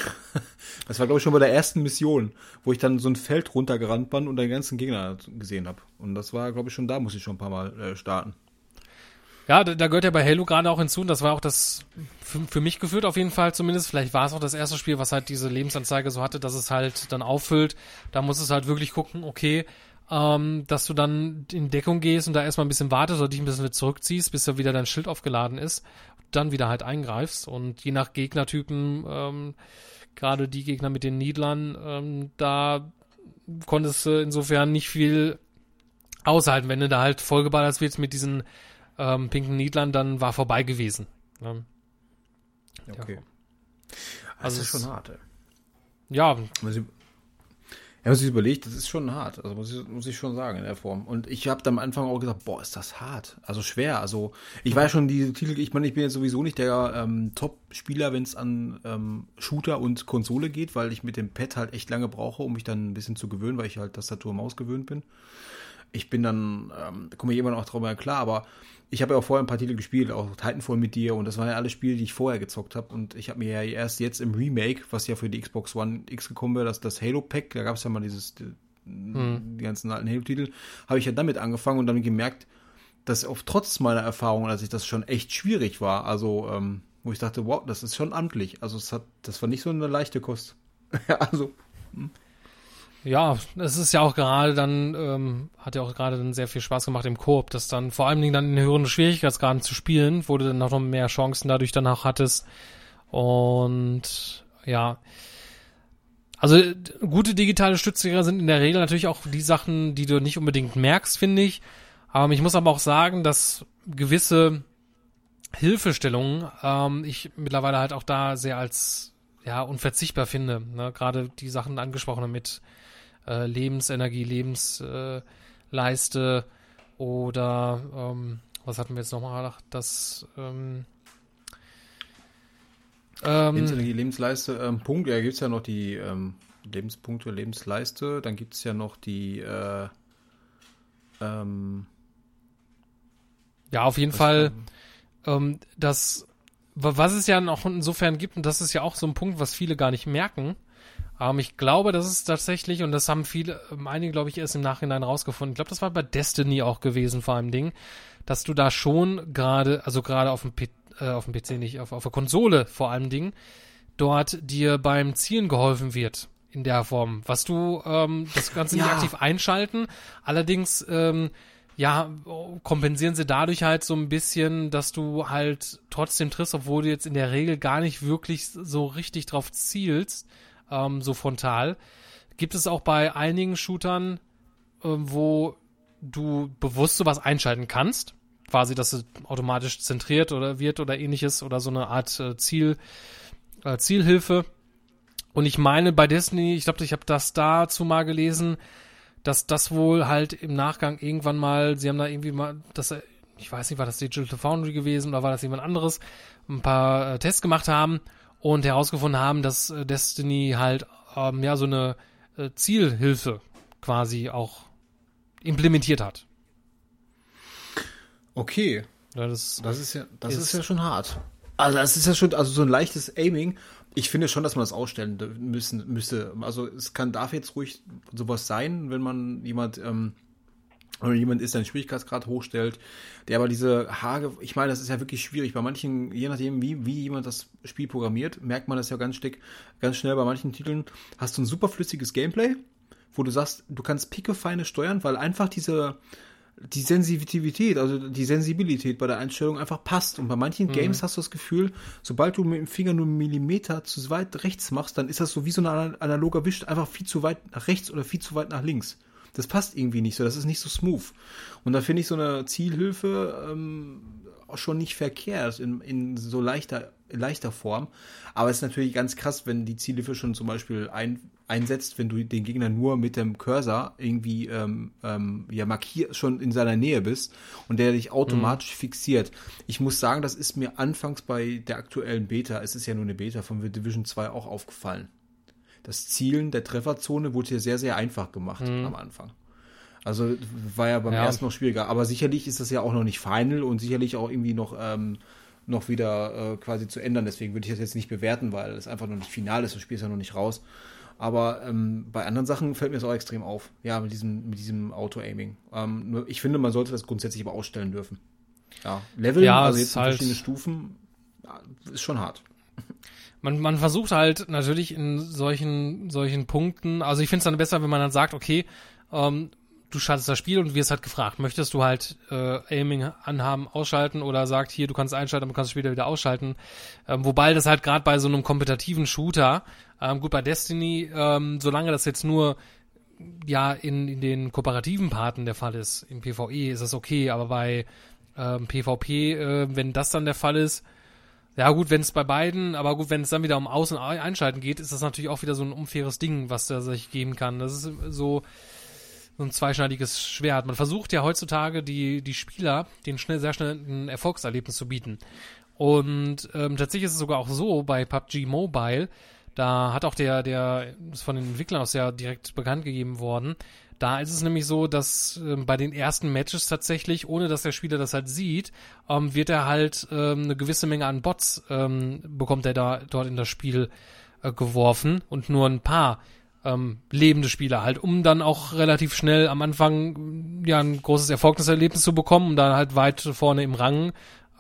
Das war, glaube ich, schon bei der ersten Mission, wo ich dann so ein Feld runtergerannt bin und den ganzen Gegner gesehen habe. Und das war, glaube ich, schon da, muss ich schon ein paar Mal starten. Ja, da gehört ja bei Halo gerade auch hinzu, und das war auch das, für mich gefühlt auf jeden Fall zumindest, vielleicht war es auch das erste Spiel, was halt diese Lebensanzeige so hatte, dass es halt dann auffüllt. Da musst es halt wirklich gucken, okay, dass du dann in Deckung gehst und da erstmal ein bisschen wartest oder dich ein bisschen zurückziehst, bis da wieder dein Schild aufgeladen ist, dann wieder halt eingreifst, und je nach Gegnertypen, gerade die Gegner mit den Needlern, da konntest du insofern nicht viel aushalten, wenn du da halt vollgeballert wirst mit diesen pinken Needlern, dann war vorbei gewesen. Ne? Okay. Ja. Also das ist schon hart, ey. Ja. Ja, was ich überlegt, das ist schon hart, also muss ich schon sagen in der Form. Und ich habe am Anfang auch gesagt, boah, ist das hart, also schwer. Also ich war ja schon diese Titel, ich meine, ich bin jetzt sowieso nicht der Top-Spieler, wenn es an Shooter und Konsole geht, weil ich mit dem Pad halt echt lange brauche, um mich dann ein bisschen zu gewöhnen, weil ich halt Tastatur und Maus gewöhnt bin. Ich bin dann, da komme ich immer noch drauf klar, aber ich habe ja auch vorher ein paar Titel gespielt, auch Titanfall mit dir, und das waren ja alle Spiele, die ich vorher gezockt habe, und ich habe mir ja erst jetzt im Remake, was ja für die Xbox One X gekommen wäre, das Halo-Pack, da gab es ja mal die ganzen alten Halo-Titel, habe ich ja damit angefangen und dann gemerkt, dass trotz meiner Erfahrung, dass ich das schon echt schwierig war, also wo ich dachte, wow, das ist schon amtlich, also das war nicht so eine leichte Kost. Also Ja, es ist ja auch gerade dann, hat ja auch gerade dann sehr viel Spaß gemacht im Koop, das dann vor allen Dingen dann in höheren Schwierigkeitsgraden zu spielen, wo du dann noch mehr Chancen dadurch danach hattest. Und ja, also gute digitale Stützgeräte sind in der Regel natürlich auch die Sachen, die du nicht unbedingt merkst, finde ich. Ich muss aber auch sagen, dass gewisse Hilfestellungen ich mittlerweile halt auch da sehr als unverzichtbar finde. Ne? Gerade die Sachen angesprochen mit Lebensenergie, Lebensleiste oder was hatten wir jetzt nochmal? Das Lebensenergie, Lebensleiste, Punkt, ja, gibt es ja noch die Lebenspunkte, Lebensleiste, dann gibt es ja noch die auf jeden Fall was es ja noch insofern gibt, und das ist ja auch so ein Punkt, was viele gar nicht merken, ich glaube, das ist tatsächlich, und das haben einige, glaube ich, erst im Nachhinein rausgefunden, ich glaube, das war bei Destiny auch gewesen, vor allem Ding, dass du da schon gerade auf dem PC nicht, auf der Konsole vor allem Ding, dort dir beim Zielen geholfen wird, in der Form. Was du, das Ganze nicht aktiv einschalten, allerdings, kompensieren sie dadurch halt so ein bisschen, dass du halt trotzdem triffst, obwohl du jetzt in der Regel gar nicht wirklich so richtig drauf zielst, so frontal. Gibt es auch bei einigen Shootern, wo du bewusst sowas einschalten kannst, quasi, dass es automatisch zentriert oder wird oder ähnliches oder so eine Art Zielhilfe. Und ich meine, bei Destiny, ich glaube, ich habe das dazu mal gelesen, dass das wohl halt im Nachgang irgendwann mal, sie haben da irgendwie mal, ich weiß nicht, war das Digital Foundry gewesen oder war das jemand anderes, ein paar Tests gemacht haben und herausgefunden haben, dass Destiny halt so eine Zielhilfe quasi auch implementiert hat. Okay. Ja, das ist ja schon hart. Also das ist ja schon, also so ein leichtes Aiming. Ich finde schon, dass man das ausstellen müsste. Also darf jetzt ruhig sowas sein, wenn man jemand ist, der den Schwierigkeitsgrad hochstellt, der aber diese ich meine, das ist ja wirklich schwierig. Bei manchen, je nachdem, wie jemand das Spiel programmiert, merkt man das ja ganz schnell. Bei manchen Titeln hast du ein super flüssiges Gameplay, wo du sagst, du kannst pickefeine steuern, weil einfach die Sensitivität, also die Sensibilität bei der Einstellung einfach passt. Und bei manchen Games hast du das Gefühl, sobald du mit dem Finger nur einen Millimeter zu weit rechts machst, dann ist das so wie so ein analoger Wisch, einfach viel zu weit nach rechts oder viel zu weit nach links. Das passt irgendwie nicht so, das ist nicht so smooth. Und da finde ich so eine Zielhilfe auch schon nicht verkehrt in so leichter Form. Aber es ist natürlich ganz krass, wenn die Zielhilfe schon zum Beispiel einsetzt, wenn du den Gegner nur mit dem Cursor irgendwie markiert, schon in seiner Nähe bist und der dich automatisch fixiert. Ich muss sagen, das ist mir anfangs bei der aktuellen Beta, es ist ja nur eine Beta von The Division 2 auch aufgefallen. Das Zielen der Trefferzone wurde hier sehr, sehr einfach gemacht am Anfang. Also war ja beim ersten noch schwieriger. Aber sicherlich ist das ja auch noch nicht final und sicherlich auch irgendwie noch wieder quasi zu ändern. Deswegen würde ich das jetzt nicht bewerten, weil es einfach noch nicht final ist. Das Spiel ist ja noch nicht raus. Aber bei anderen Sachen fällt mir das auch extrem auf. Ja, mit diesem Auto-Aiming. Nur ich finde, man sollte das grundsätzlich aber ausstellen dürfen. Ja, Level, also jetzt halt verschiedene Stufen, ist schon hart. Man versucht halt natürlich in solchen Punkten, also ich finde es dann besser, wenn man dann sagt, okay, du startest das Spiel und wirst halt gefragt, möchtest du halt Aiming anhaben, ausschalten oder sagt, hier, du kannst einschalten, aber du kannst das Spiel wieder ausschalten. Wobei das halt gerade bei so einem kompetitiven Shooter, gut, bei Destiny, solange das jetzt nur in den kooperativen Parten der Fall ist, im PvE ist das okay, aber bei PvP, wenn das dann der Fall ist, ja gut, wenn es bei beiden, aber gut, wenn es dann wieder um Aus- und Einschalten geht, ist das natürlich auch wieder so ein unfaires Ding, was da sich geben kann. Das ist so ein zweischneidiges Schwert. Man versucht ja heutzutage die Spieler, denen sehr schnell ein Erfolgserlebnis zu bieten. Und tatsächlich ist es sogar auch so, bei PUBG Mobile, da hat auch der ist von den Entwicklern aus ja direkt bekannt gegeben worden, da ist es nämlich so, dass bei den ersten Matches tatsächlich, ohne dass der Spieler das halt sieht, wird er halt eine gewisse Menge an Bots bekommt er dort in das Spiel geworfen und nur ein paar lebende Spieler halt, um dann auch relativ schnell am Anfang ein großes Erfolgserlebnis zu bekommen, um dann halt weit vorne im Rang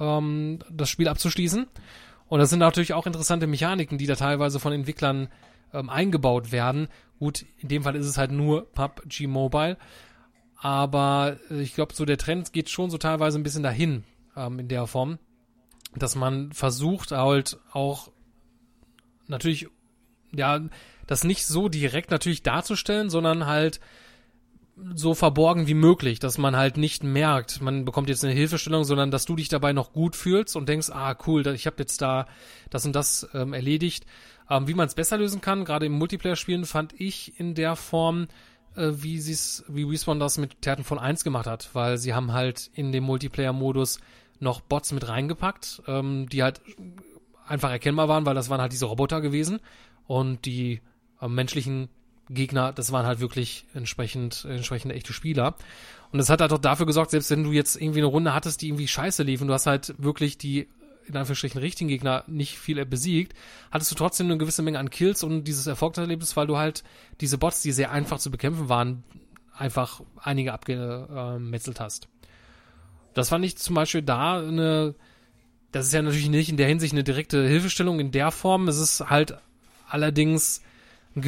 das Spiel abzuschließen. Und das sind natürlich auch interessante Mechaniken, die da teilweise von Entwicklern eingebaut werden. Gut, in dem Fall ist es halt nur PUBG Mobile, aber ich glaube, so der Trend geht schon so teilweise ein bisschen dahin, in der Form, dass man versucht halt auch natürlich, ja, das nicht so direkt natürlich darzustellen, sondern halt so verborgen wie möglich, dass man halt nicht merkt, man bekommt jetzt eine Hilfestellung, sondern dass du dich dabei noch gut fühlst und denkst, cool, ich habe jetzt da das und das erledigt. Wie man es besser lösen kann, gerade im Multiplayer-Spielen, fand ich in der Form, wie Respawn das mit Titanfall 1 gemacht hat, weil sie haben halt in dem Multiplayer-Modus noch Bots mit reingepackt, die halt einfach erkennbar waren, weil das waren halt diese Roboter gewesen und die menschlichen Gegner, das waren halt wirklich entsprechende echte Spieler. Und das hat halt auch dafür gesorgt, selbst wenn du jetzt irgendwie eine Runde hattest, die irgendwie scheiße lief und du hast halt wirklich die, in Anführungsstrichen, richtigen Gegner nicht viel besiegt, hattest du trotzdem eine gewisse Menge an Kills und dieses Erfolgserlebnis, weil du halt diese Bots, die sehr einfach zu bekämpfen waren, einfach einige abgemetzelt hast. Das fand ich zum Beispiel das ist ja natürlich nicht in der Hinsicht eine direkte Hilfestellung in der Form, es ist halt allerdings eine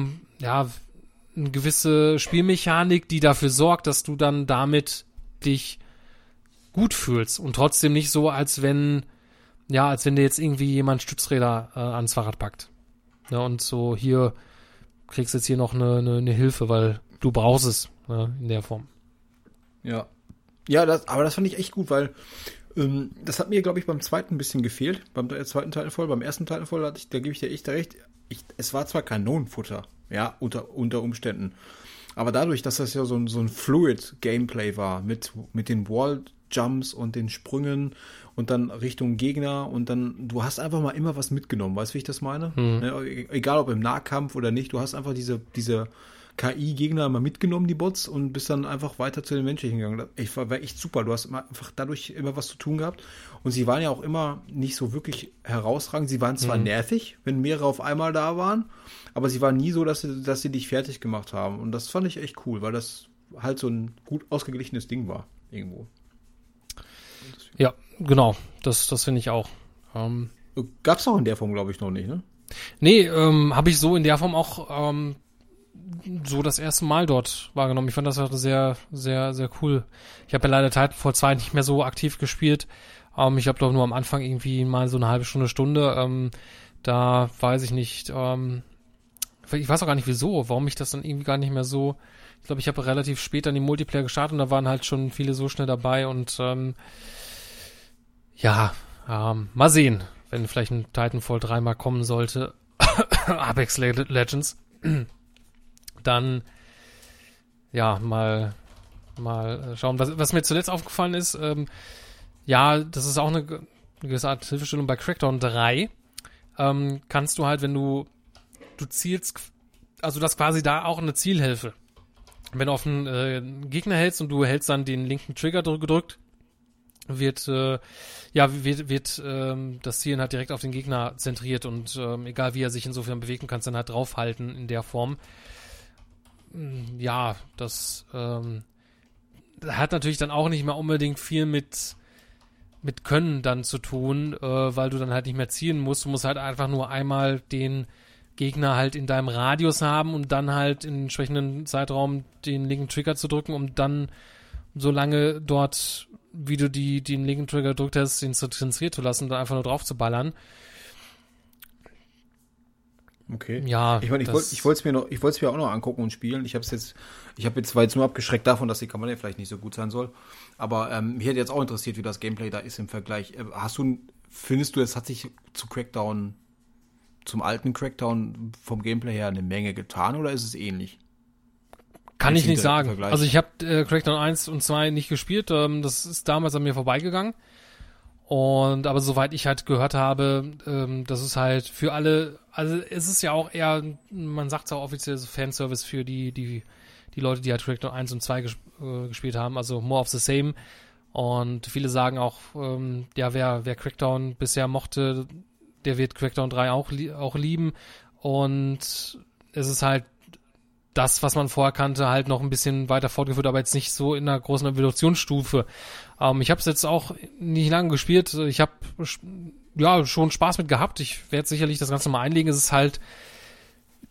gewisse Spielmechanik, die dafür sorgt, dass du dann damit dich gut fühlst und trotzdem nicht so, als wenn dir jetzt irgendwie jemand Stützräder ans Fahrrad packt. Ja, und so, hier kriegst du jetzt hier noch eine Hilfe, weil du brauchst es, in der Form. Ja. Ja, aber das fand ich echt gut, weil das hat mir, glaube ich, beim zweiten ein bisschen gefehlt. Beim zweiten Titanfall, beim ersten Titanfall da gebe ich dir echt recht. Es war zwar Kanonenfutter, ja, unter Umständen, aber dadurch, dass das ja so ein Fluid-Gameplay war, mit den Wall-Jumps und den Sprüngen und dann Richtung Gegner und dann, du hast einfach mal immer was mitgenommen, weißt du, wie ich das meine? Ne, egal ob im Nahkampf oder nicht, du hast einfach diese KI-Gegner mal mitgenommen, die Bots, und bist dann einfach weiter zu den menschlichen gegangen. War echt super. Du hast einfach dadurch immer was zu tun gehabt. Und sie waren ja auch immer nicht so wirklich herausragend. Sie waren zwar nervig, wenn mehrere auf einmal da waren, aber sie waren nie so, dass sie dich fertig gemacht haben. Und das fand ich echt cool, weil das halt so ein gut ausgeglichenes Ding war, irgendwo. Ja, genau. Das finde ich auch. Gab's auch in der Form, glaube ich, noch nicht, ne? Nee, habe ich so in der Form auch so das erste Mal dort wahrgenommen. Ich fand das auch sehr, sehr, sehr cool. Ich habe ja leider Titanfall 2 nicht mehr so aktiv gespielt. Ich habe doch nur am Anfang irgendwie mal so eine halbe Stunde. Da weiß ich nicht. Ich weiß auch gar nicht wieso, warum ich das dann irgendwie gar nicht mehr so. Ich glaube, ich habe relativ spät dann die Multiplayer gestartet und da waren halt schon viele so schnell dabei und mal sehen, wenn vielleicht ein Titanfall 3 mal kommen sollte. Apex Legends. Dann mal schauen. Was mir zuletzt aufgefallen ist, das ist auch eine gewisse Art Hilfestellung bei Crackdown 3. Kannst du halt, wenn du zielst, also das quasi da auch eine Zielhilfe. Wenn du auf einen Gegner hältst und du hältst dann den linken Trigger gedrückt, wird das Zielen halt direkt auf den Gegner zentriert und egal wie er sich insofern bewegen, kannst du dann halt draufhalten in der Form. Ja, das hat natürlich dann auch nicht mehr unbedingt viel mit Können dann zu tun, weil du dann halt nicht mehr zielen musst. Du musst halt einfach nur einmal den Gegner halt in deinem Radius haben und dann halt in entsprechenden Zeitraum den linken Trigger zu drücken, um dann so lange dort, wie du den linken Trigger gedrückt hast, den zentriert zu lassen und dann einfach nur drauf zu ballern. Okay. Ja. Ich meine, ich wollte es mir auch noch angucken und spielen. War jetzt nur abgeschreckt davon, dass die Kampagne vielleicht nicht so gut sein soll. Aber mich hätte jetzt auch interessiert, wie das Gameplay da ist im Vergleich. Findest du, es hat sich zum alten Crackdown vom Gameplay her eine Menge getan oder ist es ähnlich? Kann ich nicht sagen. Also ich habe Crackdown 1 und 2 nicht gespielt. Das ist damals an mir vorbeigegangen. Aber soweit ich halt gehört habe, das ist halt für alle, also es ist ja auch eher, man sagt es auch offiziell, so Fanservice für die Leute, die halt Crackdown 1 und 2 gespielt haben, also more of the same. Und viele sagen auch, wer Crackdown bisher mochte, der wird Crackdown 3 auch lieben. Und es ist halt das, was man vorher kannte, halt noch ein bisschen weiter fortgeführt, aber jetzt nicht so in einer großen Evolutionsstufe. Ich habe es jetzt auch nicht lange gespielt. Ich habe schon Spaß mit gehabt. Ich werde sicherlich das Ganze mal einlegen. Es ist halt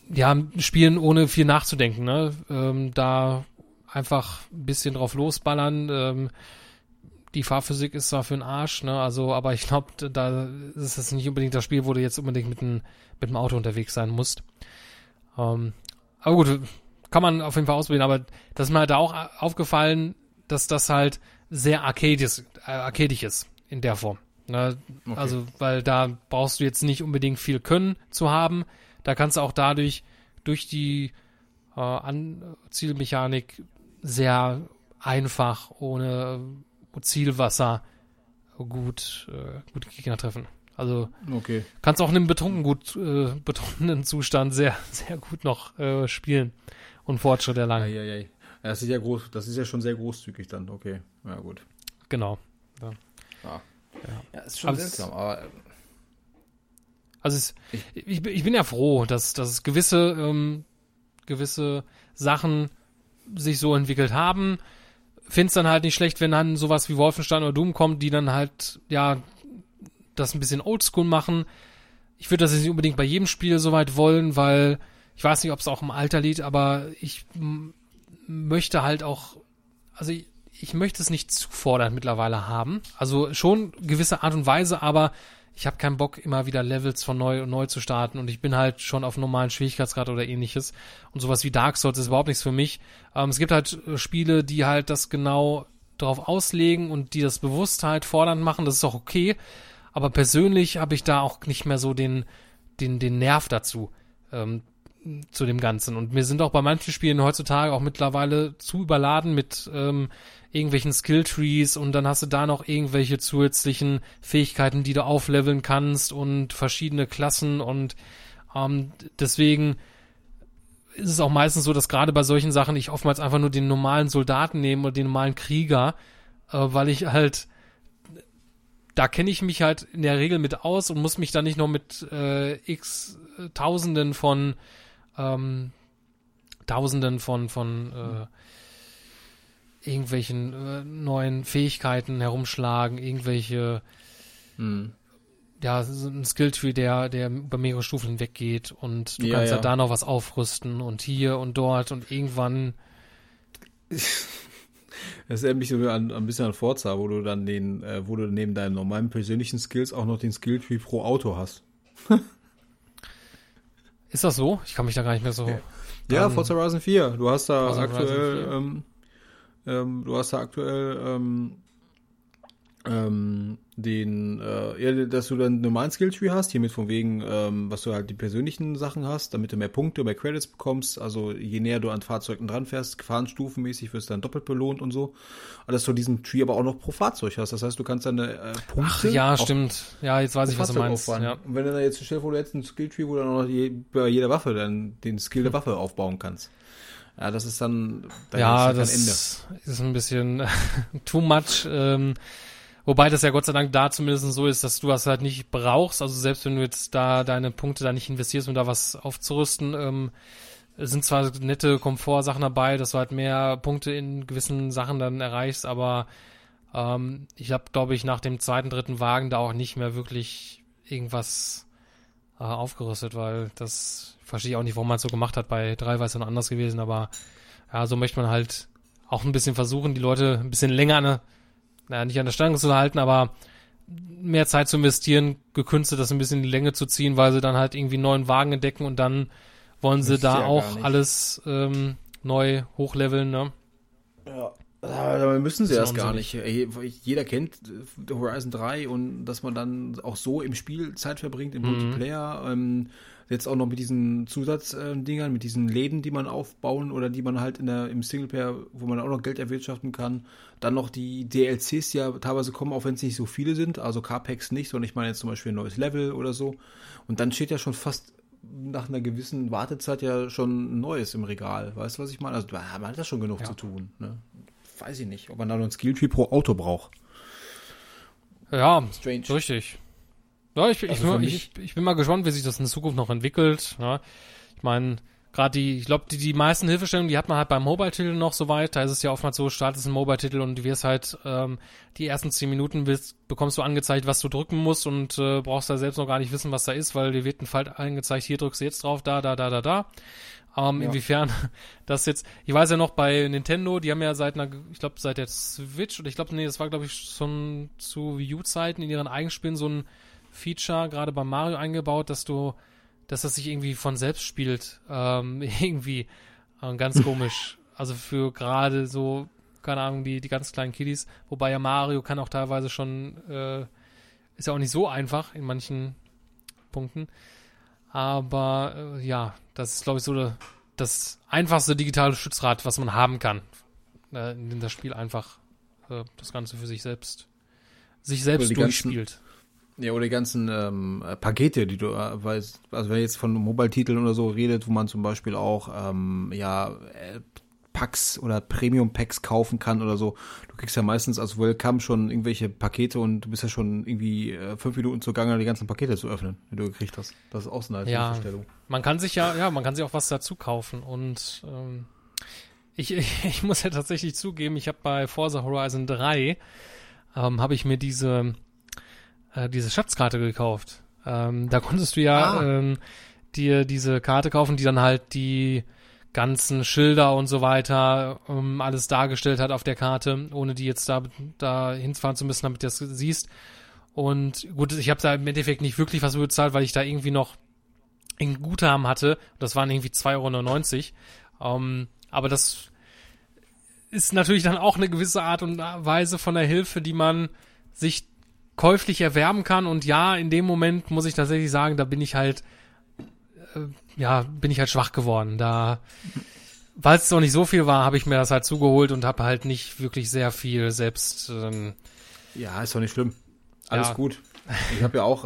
spielen ohne viel nachzudenken, ne? Da einfach ein bisschen drauf losballern. Die Fahrphysik ist zwar für den Arsch, ne? Also, aber ich glaube, da ist es nicht unbedingt das Spiel, wo du jetzt unbedingt mit dem Auto unterwegs sein musst. Aber gut, kann man auf jeden Fall ausprobieren, aber das ist mir halt da auch aufgefallen, dass das halt sehr arcadisch ist in der Form. Ne? Okay. Also, weil da brauchst du jetzt nicht unbedingt viel Können zu haben. Da kannst du auch durch die Zielmechanik sehr einfach, ohne Zielwasser gut Gegner treffen. Also kannst auch in einem betrunkenen Zustand sehr, sehr gut noch spielen und Fortschritt erlangen. Ja, das ist ja groß, das ist ja schon sehr großzügig dann, okay. Ja, gut. Genau. Ja, ist schon seltsam, aber also ich bin ja froh, dass gewisse Sachen sich so entwickelt haben. Find's dann halt nicht schlecht, wenn dann sowas wie Wolfenstein oder Doom kommt, die dann halt, das ein bisschen oldschool machen. Ich würde das jetzt nicht unbedingt bei jedem Spiel soweit wollen, weil ich weiß nicht, ob es auch im Alter liegt, aber ich möchte halt auch, also ich möchte es nicht zu fordernd mittlerweile haben. Also schon gewisse Art und Weise, aber ich habe keinen Bock, immer wieder Levels von neu zu starten und ich bin halt schon auf einem normalen Schwierigkeitsgrad oder ähnliches. Und sowas wie Dark Souls ist überhaupt nichts für mich. Es gibt halt Spiele, die halt das genau darauf auslegen und die das bewusst halt fordernd machen. Das ist auch okay. Aber persönlich habe ich da auch nicht mehr so den Nerv dazu, zu dem Ganzen. Und mir sind auch bei manchen Spielen heutzutage auch mittlerweile zu überladen mit irgendwelchen Skilltrees und dann hast du da noch irgendwelche zusätzlichen Fähigkeiten, die du aufleveln kannst und verschiedene Klassen und deswegen ist es auch meistens so, dass gerade bei solchen Sachen ich oftmals einfach nur den normalen Soldaten nehme oder den normalen Krieger, weil ich halt da kenne ich mich halt in der Regel mit aus und muss mich dann nicht noch mit x Tausenden von irgendwelchen neuen Fähigkeiten herumschlagen, irgendwelche so ein Skilltree, der über mehrere Stufen hinweggeht und du kannst halt da noch was aufrüsten und hier und dort und irgendwann Das erinnert mich so ein bisschen an Forza, wo du dann wo du neben deinen normalen persönlichen Skills auch noch den Skilltree pro Auto hast. Ist das so? Ich kann mich da gar nicht mehr so... Ja, Forza Horizon 4. Du hast da aktuell dass du dann einen normalen Skilltree hast, hiermit von wegen, was du halt die persönlichen Sachen hast, damit du mehr Punkte, mehr Credits bekommst, also je näher du an Fahrzeugen dran fährst, gefahrenstufenmäßig wirst du dann doppelt belohnt und so, und dass du diesen Tree aber auch noch pro Fahrzeug hast, das heißt, du kannst deine Punkte... Ach ja, stimmt, ja, jetzt weiß ich, was du meinst. Ja. Und wenn du dann jetzt, stell dir vor, du hättest einen Skilltree, wo du dann auch noch bei jeder Waffe dann den Skill der Waffe aufbauen kannst. Ja, das ist dann... das ist ein bisschen too much, wobei das ja Gott sei Dank da zumindest so ist, dass du das halt nicht brauchst. Also selbst wenn du jetzt da deine Punkte da nicht investierst, um da was aufzurüsten, sind zwar nette Komfortsachen dabei, dass du halt mehr Punkte in gewissen Sachen dann erreichst, aber ich habe, glaube ich, nach dem zweiten, dritten Wagen da auch nicht mehr wirklich irgendwas aufgerüstet, weil das verstehe ich auch nicht, warum man es so gemacht hat. Bei 3 war es dann anders gewesen, aber ja, so möchte man halt auch ein bisschen versuchen, die Leute ein bisschen länger nicht an der Stange zu halten, aber mehr Zeit zu investieren, gekünstet das ein bisschen in die Länge zu ziehen, weil sie dann halt irgendwie einen neuen Wagen entdecken und dann wollen sie da auch alles neu hochleveln, ne? Ja, aber müssen sie das gar nicht. Jeder kennt Horizon 3 und dass man dann auch so im Spiel Zeit verbringt, im Multiplayer, jetzt auch noch mit diesen Zusatzdingern, mit diesen Läden, die man aufbauen oder die man halt im Singleplayer, wo man auch noch Geld erwirtschaften kann. Dann noch die DLCs, die ja teilweise kommen, auch wenn es nicht so viele sind, also Carpacks nicht, sondern ich meine jetzt zum Beispiel ein neues Level oder so. Und dann steht ja schon fast nach einer gewissen Wartezeit ja schon ein neues im Regal. Weißt du, was ich meine? Also man hat da schon genug zu tun. Ne? Weiß ich nicht, ob man da noch ein Skilltree pro Auto braucht. Ja, strange. Richtig. Ja, ich bin mal gespannt, wie sich das in Zukunft noch entwickelt. Ja. Ich meine, gerade ich glaube, die meisten Hilfestellungen, die hat man halt beim Mobile-Titel noch soweit. Da ist es ja oftmals so, startest einen Mobile-Titel und du wirst halt die ersten 10 Minuten bekommst du angezeigt, was du drücken musst und brauchst da selbst noch gar nicht wissen, was da ist, weil dir wird ein Fall angezeigt, hier drückst du jetzt drauf, da. Inwiefern das jetzt, ich weiß ja noch bei Nintendo, die haben ja seit der Switch, oder das war glaube ich schon zu Wii U-Zeiten in ihren Eigenspielen so ein Feature, gerade bei Mario eingebaut, dass das sich irgendwie von selbst spielt, irgendwie ganz komisch. Also für gerade so, keine Ahnung, die ganz kleinen Kiddies, wobei ja Mario kann auch teilweise schon, ist ja auch nicht so einfach in manchen Punkten. Aber das ist, glaube ich, so das einfachste digitale Stützrad, was man haben kann. In das Spiel einfach das Ganze für sich selbst durchspielt. Oder die ganzen Pakete, die du weißt, also wenn jetzt von Mobile-Titeln oder so redet, wo man zum Beispiel auch Packs oder Premium-Packs kaufen kann oder so. Du kriegst ja meistens als Welcome schon irgendwelche Pakete und du bist ja schon irgendwie 5 Minuten zugange, die ganzen Pakete zu öffnen, die du gekriegt hast. Das ist auch so eine Hilfestellung. Man kann sich auch was dazu kaufen und ich muss ja tatsächlich zugeben, ich habe bei Forza Horizon 3 habe ich mir diese Schatzkarte gekauft. Da konntest du dir diese Karte kaufen, die dann halt die ganzen Schilder und so weiter alles dargestellt hat auf der Karte, ohne die jetzt da hinfahren zu müssen, damit du das siehst. Und gut, ich habe da im Endeffekt nicht wirklich was bezahlt, weil ich da irgendwie noch ein Guthaben hatte. Das waren irgendwie 2,99 €. Aber das ist natürlich dann auch eine gewisse Art und Weise von der Hilfe, die man sich käuflich erwerben kann. Und ja, in dem Moment muss ich tatsächlich sagen, da bin ich halt schwach geworden. Da, weil es noch nicht so viel war, habe ich mir das halt zugeholt und habe halt nicht wirklich sehr viel selbst. Ist doch nicht schlimm. Alles gut. Ich habe ja auch,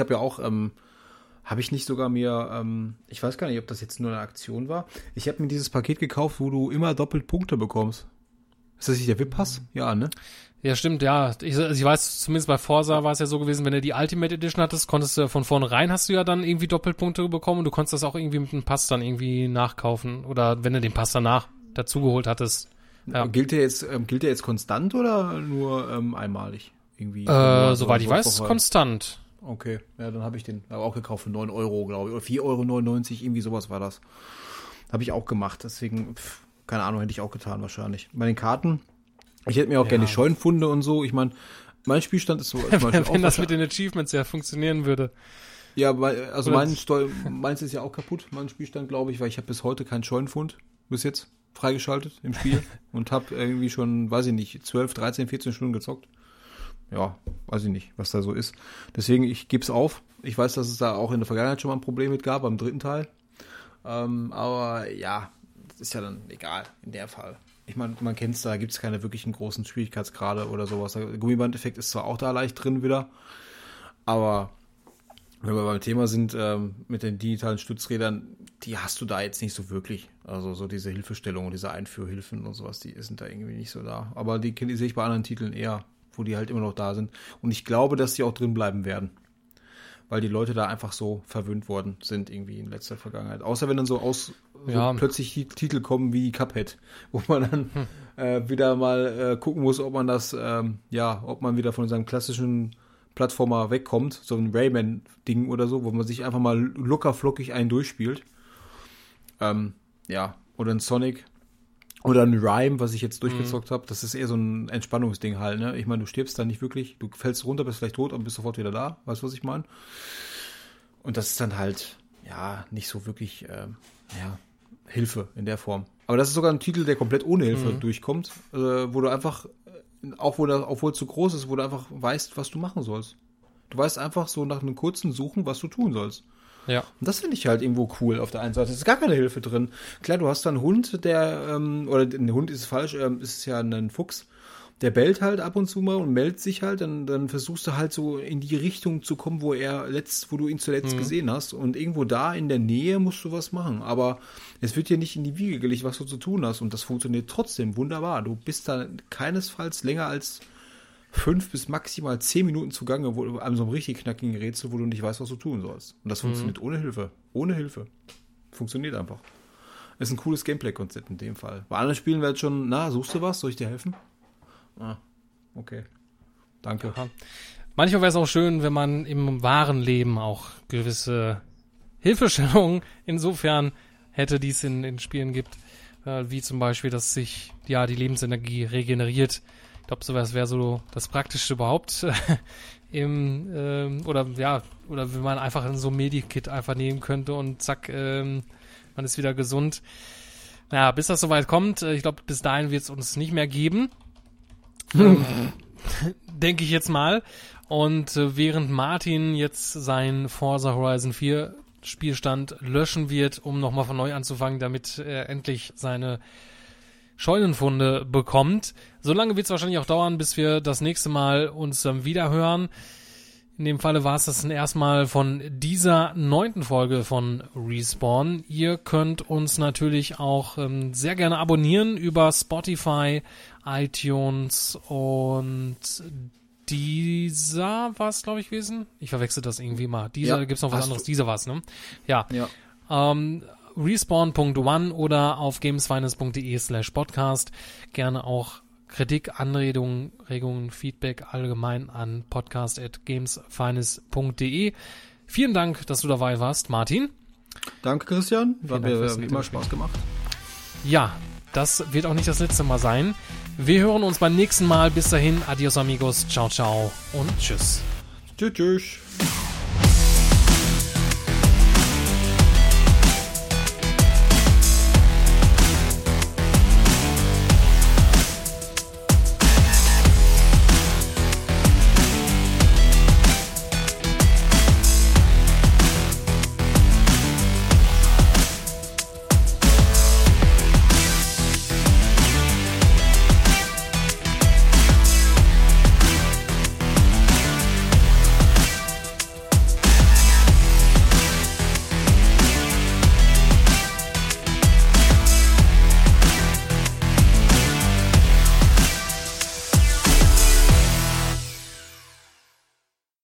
habe ich nicht sogar mir, ich weiß gar nicht, ob das jetzt nur eine Aktion war. Ich habe mir dieses Paket gekauft, wo du immer doppelt Punkte bekommst. Ist das nicht der VIP-Pass? Ja, ne? Ja, stimmt, ja. Ich weiß, zumindest bei Forza war es ja so gewesen, wenn du die Ultimate Edition hattest, konntest du von vornherein hast du ja dann irgendwie Doppelpunkte bekommen und du konntest das auch irgendwie mit dem Pass dann irgendwie nachkaufen oder wenn du den Pass danach dazugeholt hattest. Ja. Gilt der jetzt konstant oder nur einmalig? Irgendwie? Soweit ich weiß, konstant. Okay, ja, dann habe ich den auch gekauft für 9 €, glaube ich, oder 4,99 €, irgendwie sowas war das. Habe ich auch gemacht, deswegen, keine Ahnung, hätte ich auch getan wahrscheinlich. Bei den Karten, ich hätte mir auch gerne Scheunenfunde und so. Ich meine, mein Spielstand ist so. Zum Beispiel wenn das mit den Achievements ja funktionieren würde. Ja, also meins ist ja auch kaputt, mein Spielstand, glaube ich, weil ich habe bis heute keinen Scheunenfund bis jetzt freigeschaltet im Spiel und habe irgendwie schon, weiß ich nicht, 12, 13, 14 Stunden gezockt. Ja, weiß ich nicht, was da so ist. Deswegen, ich gebe es auf. Ich weiß, dass es da auch in der Vergangenheit schon mal ein Problem mit gab, beim 3. Teil. Aber ja, das ist ja dann egal in der Fall. Ich meine, man kennt es, da gibt es keine wirklichen großen Schwierigkeitsgrade oder sowas. Der Gummiband-Effekt ist zwar auch da leicht drin wieder, aber wenn wir beim Thema sind, mit den digitalen Stützrädern, die hast du da jetzt nicht so wirklich. Also so diese Hilfestellungen, diese Einführhilfen und sowas, die sind da irgendwie nicht so da. Aber die sehe ich bei anderen Titeln eher, wo die halt immer noch da sind. Und ich glaube, dass die auch drin bleiben werden. Weil die Leute da einfach so verwöhnt worden sind irgendwie in letzter Vergangenheit. Außer wenn dann so plötzlich Titel kommen wie Cuphead, wo man dann wieder mal gucken muss, ob man das, ob man wieder von seinem klassischen Plattformer wegkommt, so ein Rayman-Ding oder so, wo man sich einfach mal lockerflockig einen durchspielt. Oder ein Sonic oder ein Rhyme, was ich jetzt durchgezockt habe. Das ist eher so ein Entspannungsding halt, ne? Ich meine, du stirbst da nicht wirklich, du fällst runter, bist vielleicht tot und bist sofort wieder da. Weißt du, was ich meine? Und das ist dann halt, nicht so wirklich, Hilfe in der Form. Aber das ist sogar ein Titel, der komplett ohne Hilfe durchkommt, wo du einfach, obwohl es zu groß ist, wo du einfach weißt, was du machen sollst. Du weißt einfach so nach einem kurzen Suchen, was du tun sollst. Ja. Und das finde ich halt irgendwo cool auf der einen Seite. Es ist gar keine Hilfe drin. Klar, du hast da einen Hund, oder ein Hund ist falsch, ist ja ein Fuchs, der bellt halt ab und zu mal und meldet sich halt, dann versuchst du halt so in die Richtung zu kommen, wo du ihn zuletzt gesehen hast. Und irgendwo da in der Nähe musst du was machen. Aber es wird dir nicht in die Wiege gelegt, was du zu tun hast. Und das funktioniert trotzdem wunderbar. Du bist da keinesfalls länger als 5 bis maximal 10 Minuten zugange, an so einem richtig knackigen Rätsel, wo du nicht weißt, was du tun sollst. Und das funktioniert ohne Hilfe. Ohne Hilfe. Funktioniert einfach. ist ein cooles Gameplay-Konzept in dem Fall. Bei anderen Spielen wäre es schon, suchst du was? Soll ich dir helfen? Okay. Danke. Ja. Manchmal wäre es auch schön, wenn man im wahren Leben auch gewisse Hilfestellungen insofern hätte, die es in Spielen gibt, wie zum Beispiel, dass sich die Lebensenergie regeneriert. Ich glaube, sowas wäre so das Praktischste überhaupt oder wenn man einfach so ein Medikit einfach nehmen könnte und zack, man ist wieder gesund. Naja, bis das soweit kommt, ich glaube, bis dahin wird es uns nicht mehr geben. Denke ich jetzt mal. Und während Martin jetzt sein Forza Horizon 4 Spielstand löschen wird, um nochmal von neu anzufangen, damit er endlich seine Scheunenfunde bekommt. Solange wird es wahrscheinlich auch dauern, bis wir das nächste Mal uns wieder hören. In dem Falle war es das erstmal von dieser 9. Folge von Respawn. Ihr könnt uns natürlich auch sehr gerne abonnieren über Spotify, iTunes und Deezer war es, glaube ich, gewesen. Ich verwechsel das irgendwie mal. Deezer, gibt's noch was anderes? Deezer war's, ne? Ja. Respawn.one oder auf gamesfinance.de/podcast. Gerne auch Kritik, Anregungen, Feedback allgemein an podcast@gamesfinance.de. Vielen Dank, dass du dabei warst, Martin. Danke, Christian. Hat mir wie immer Spaß gemacht. Ja, das wird auch nicht das letzte Mal sein. Wir hören uns beim nächsten Mal. Bis dahin, adios amigos, ciao, ciao und tschüss. Tschüss.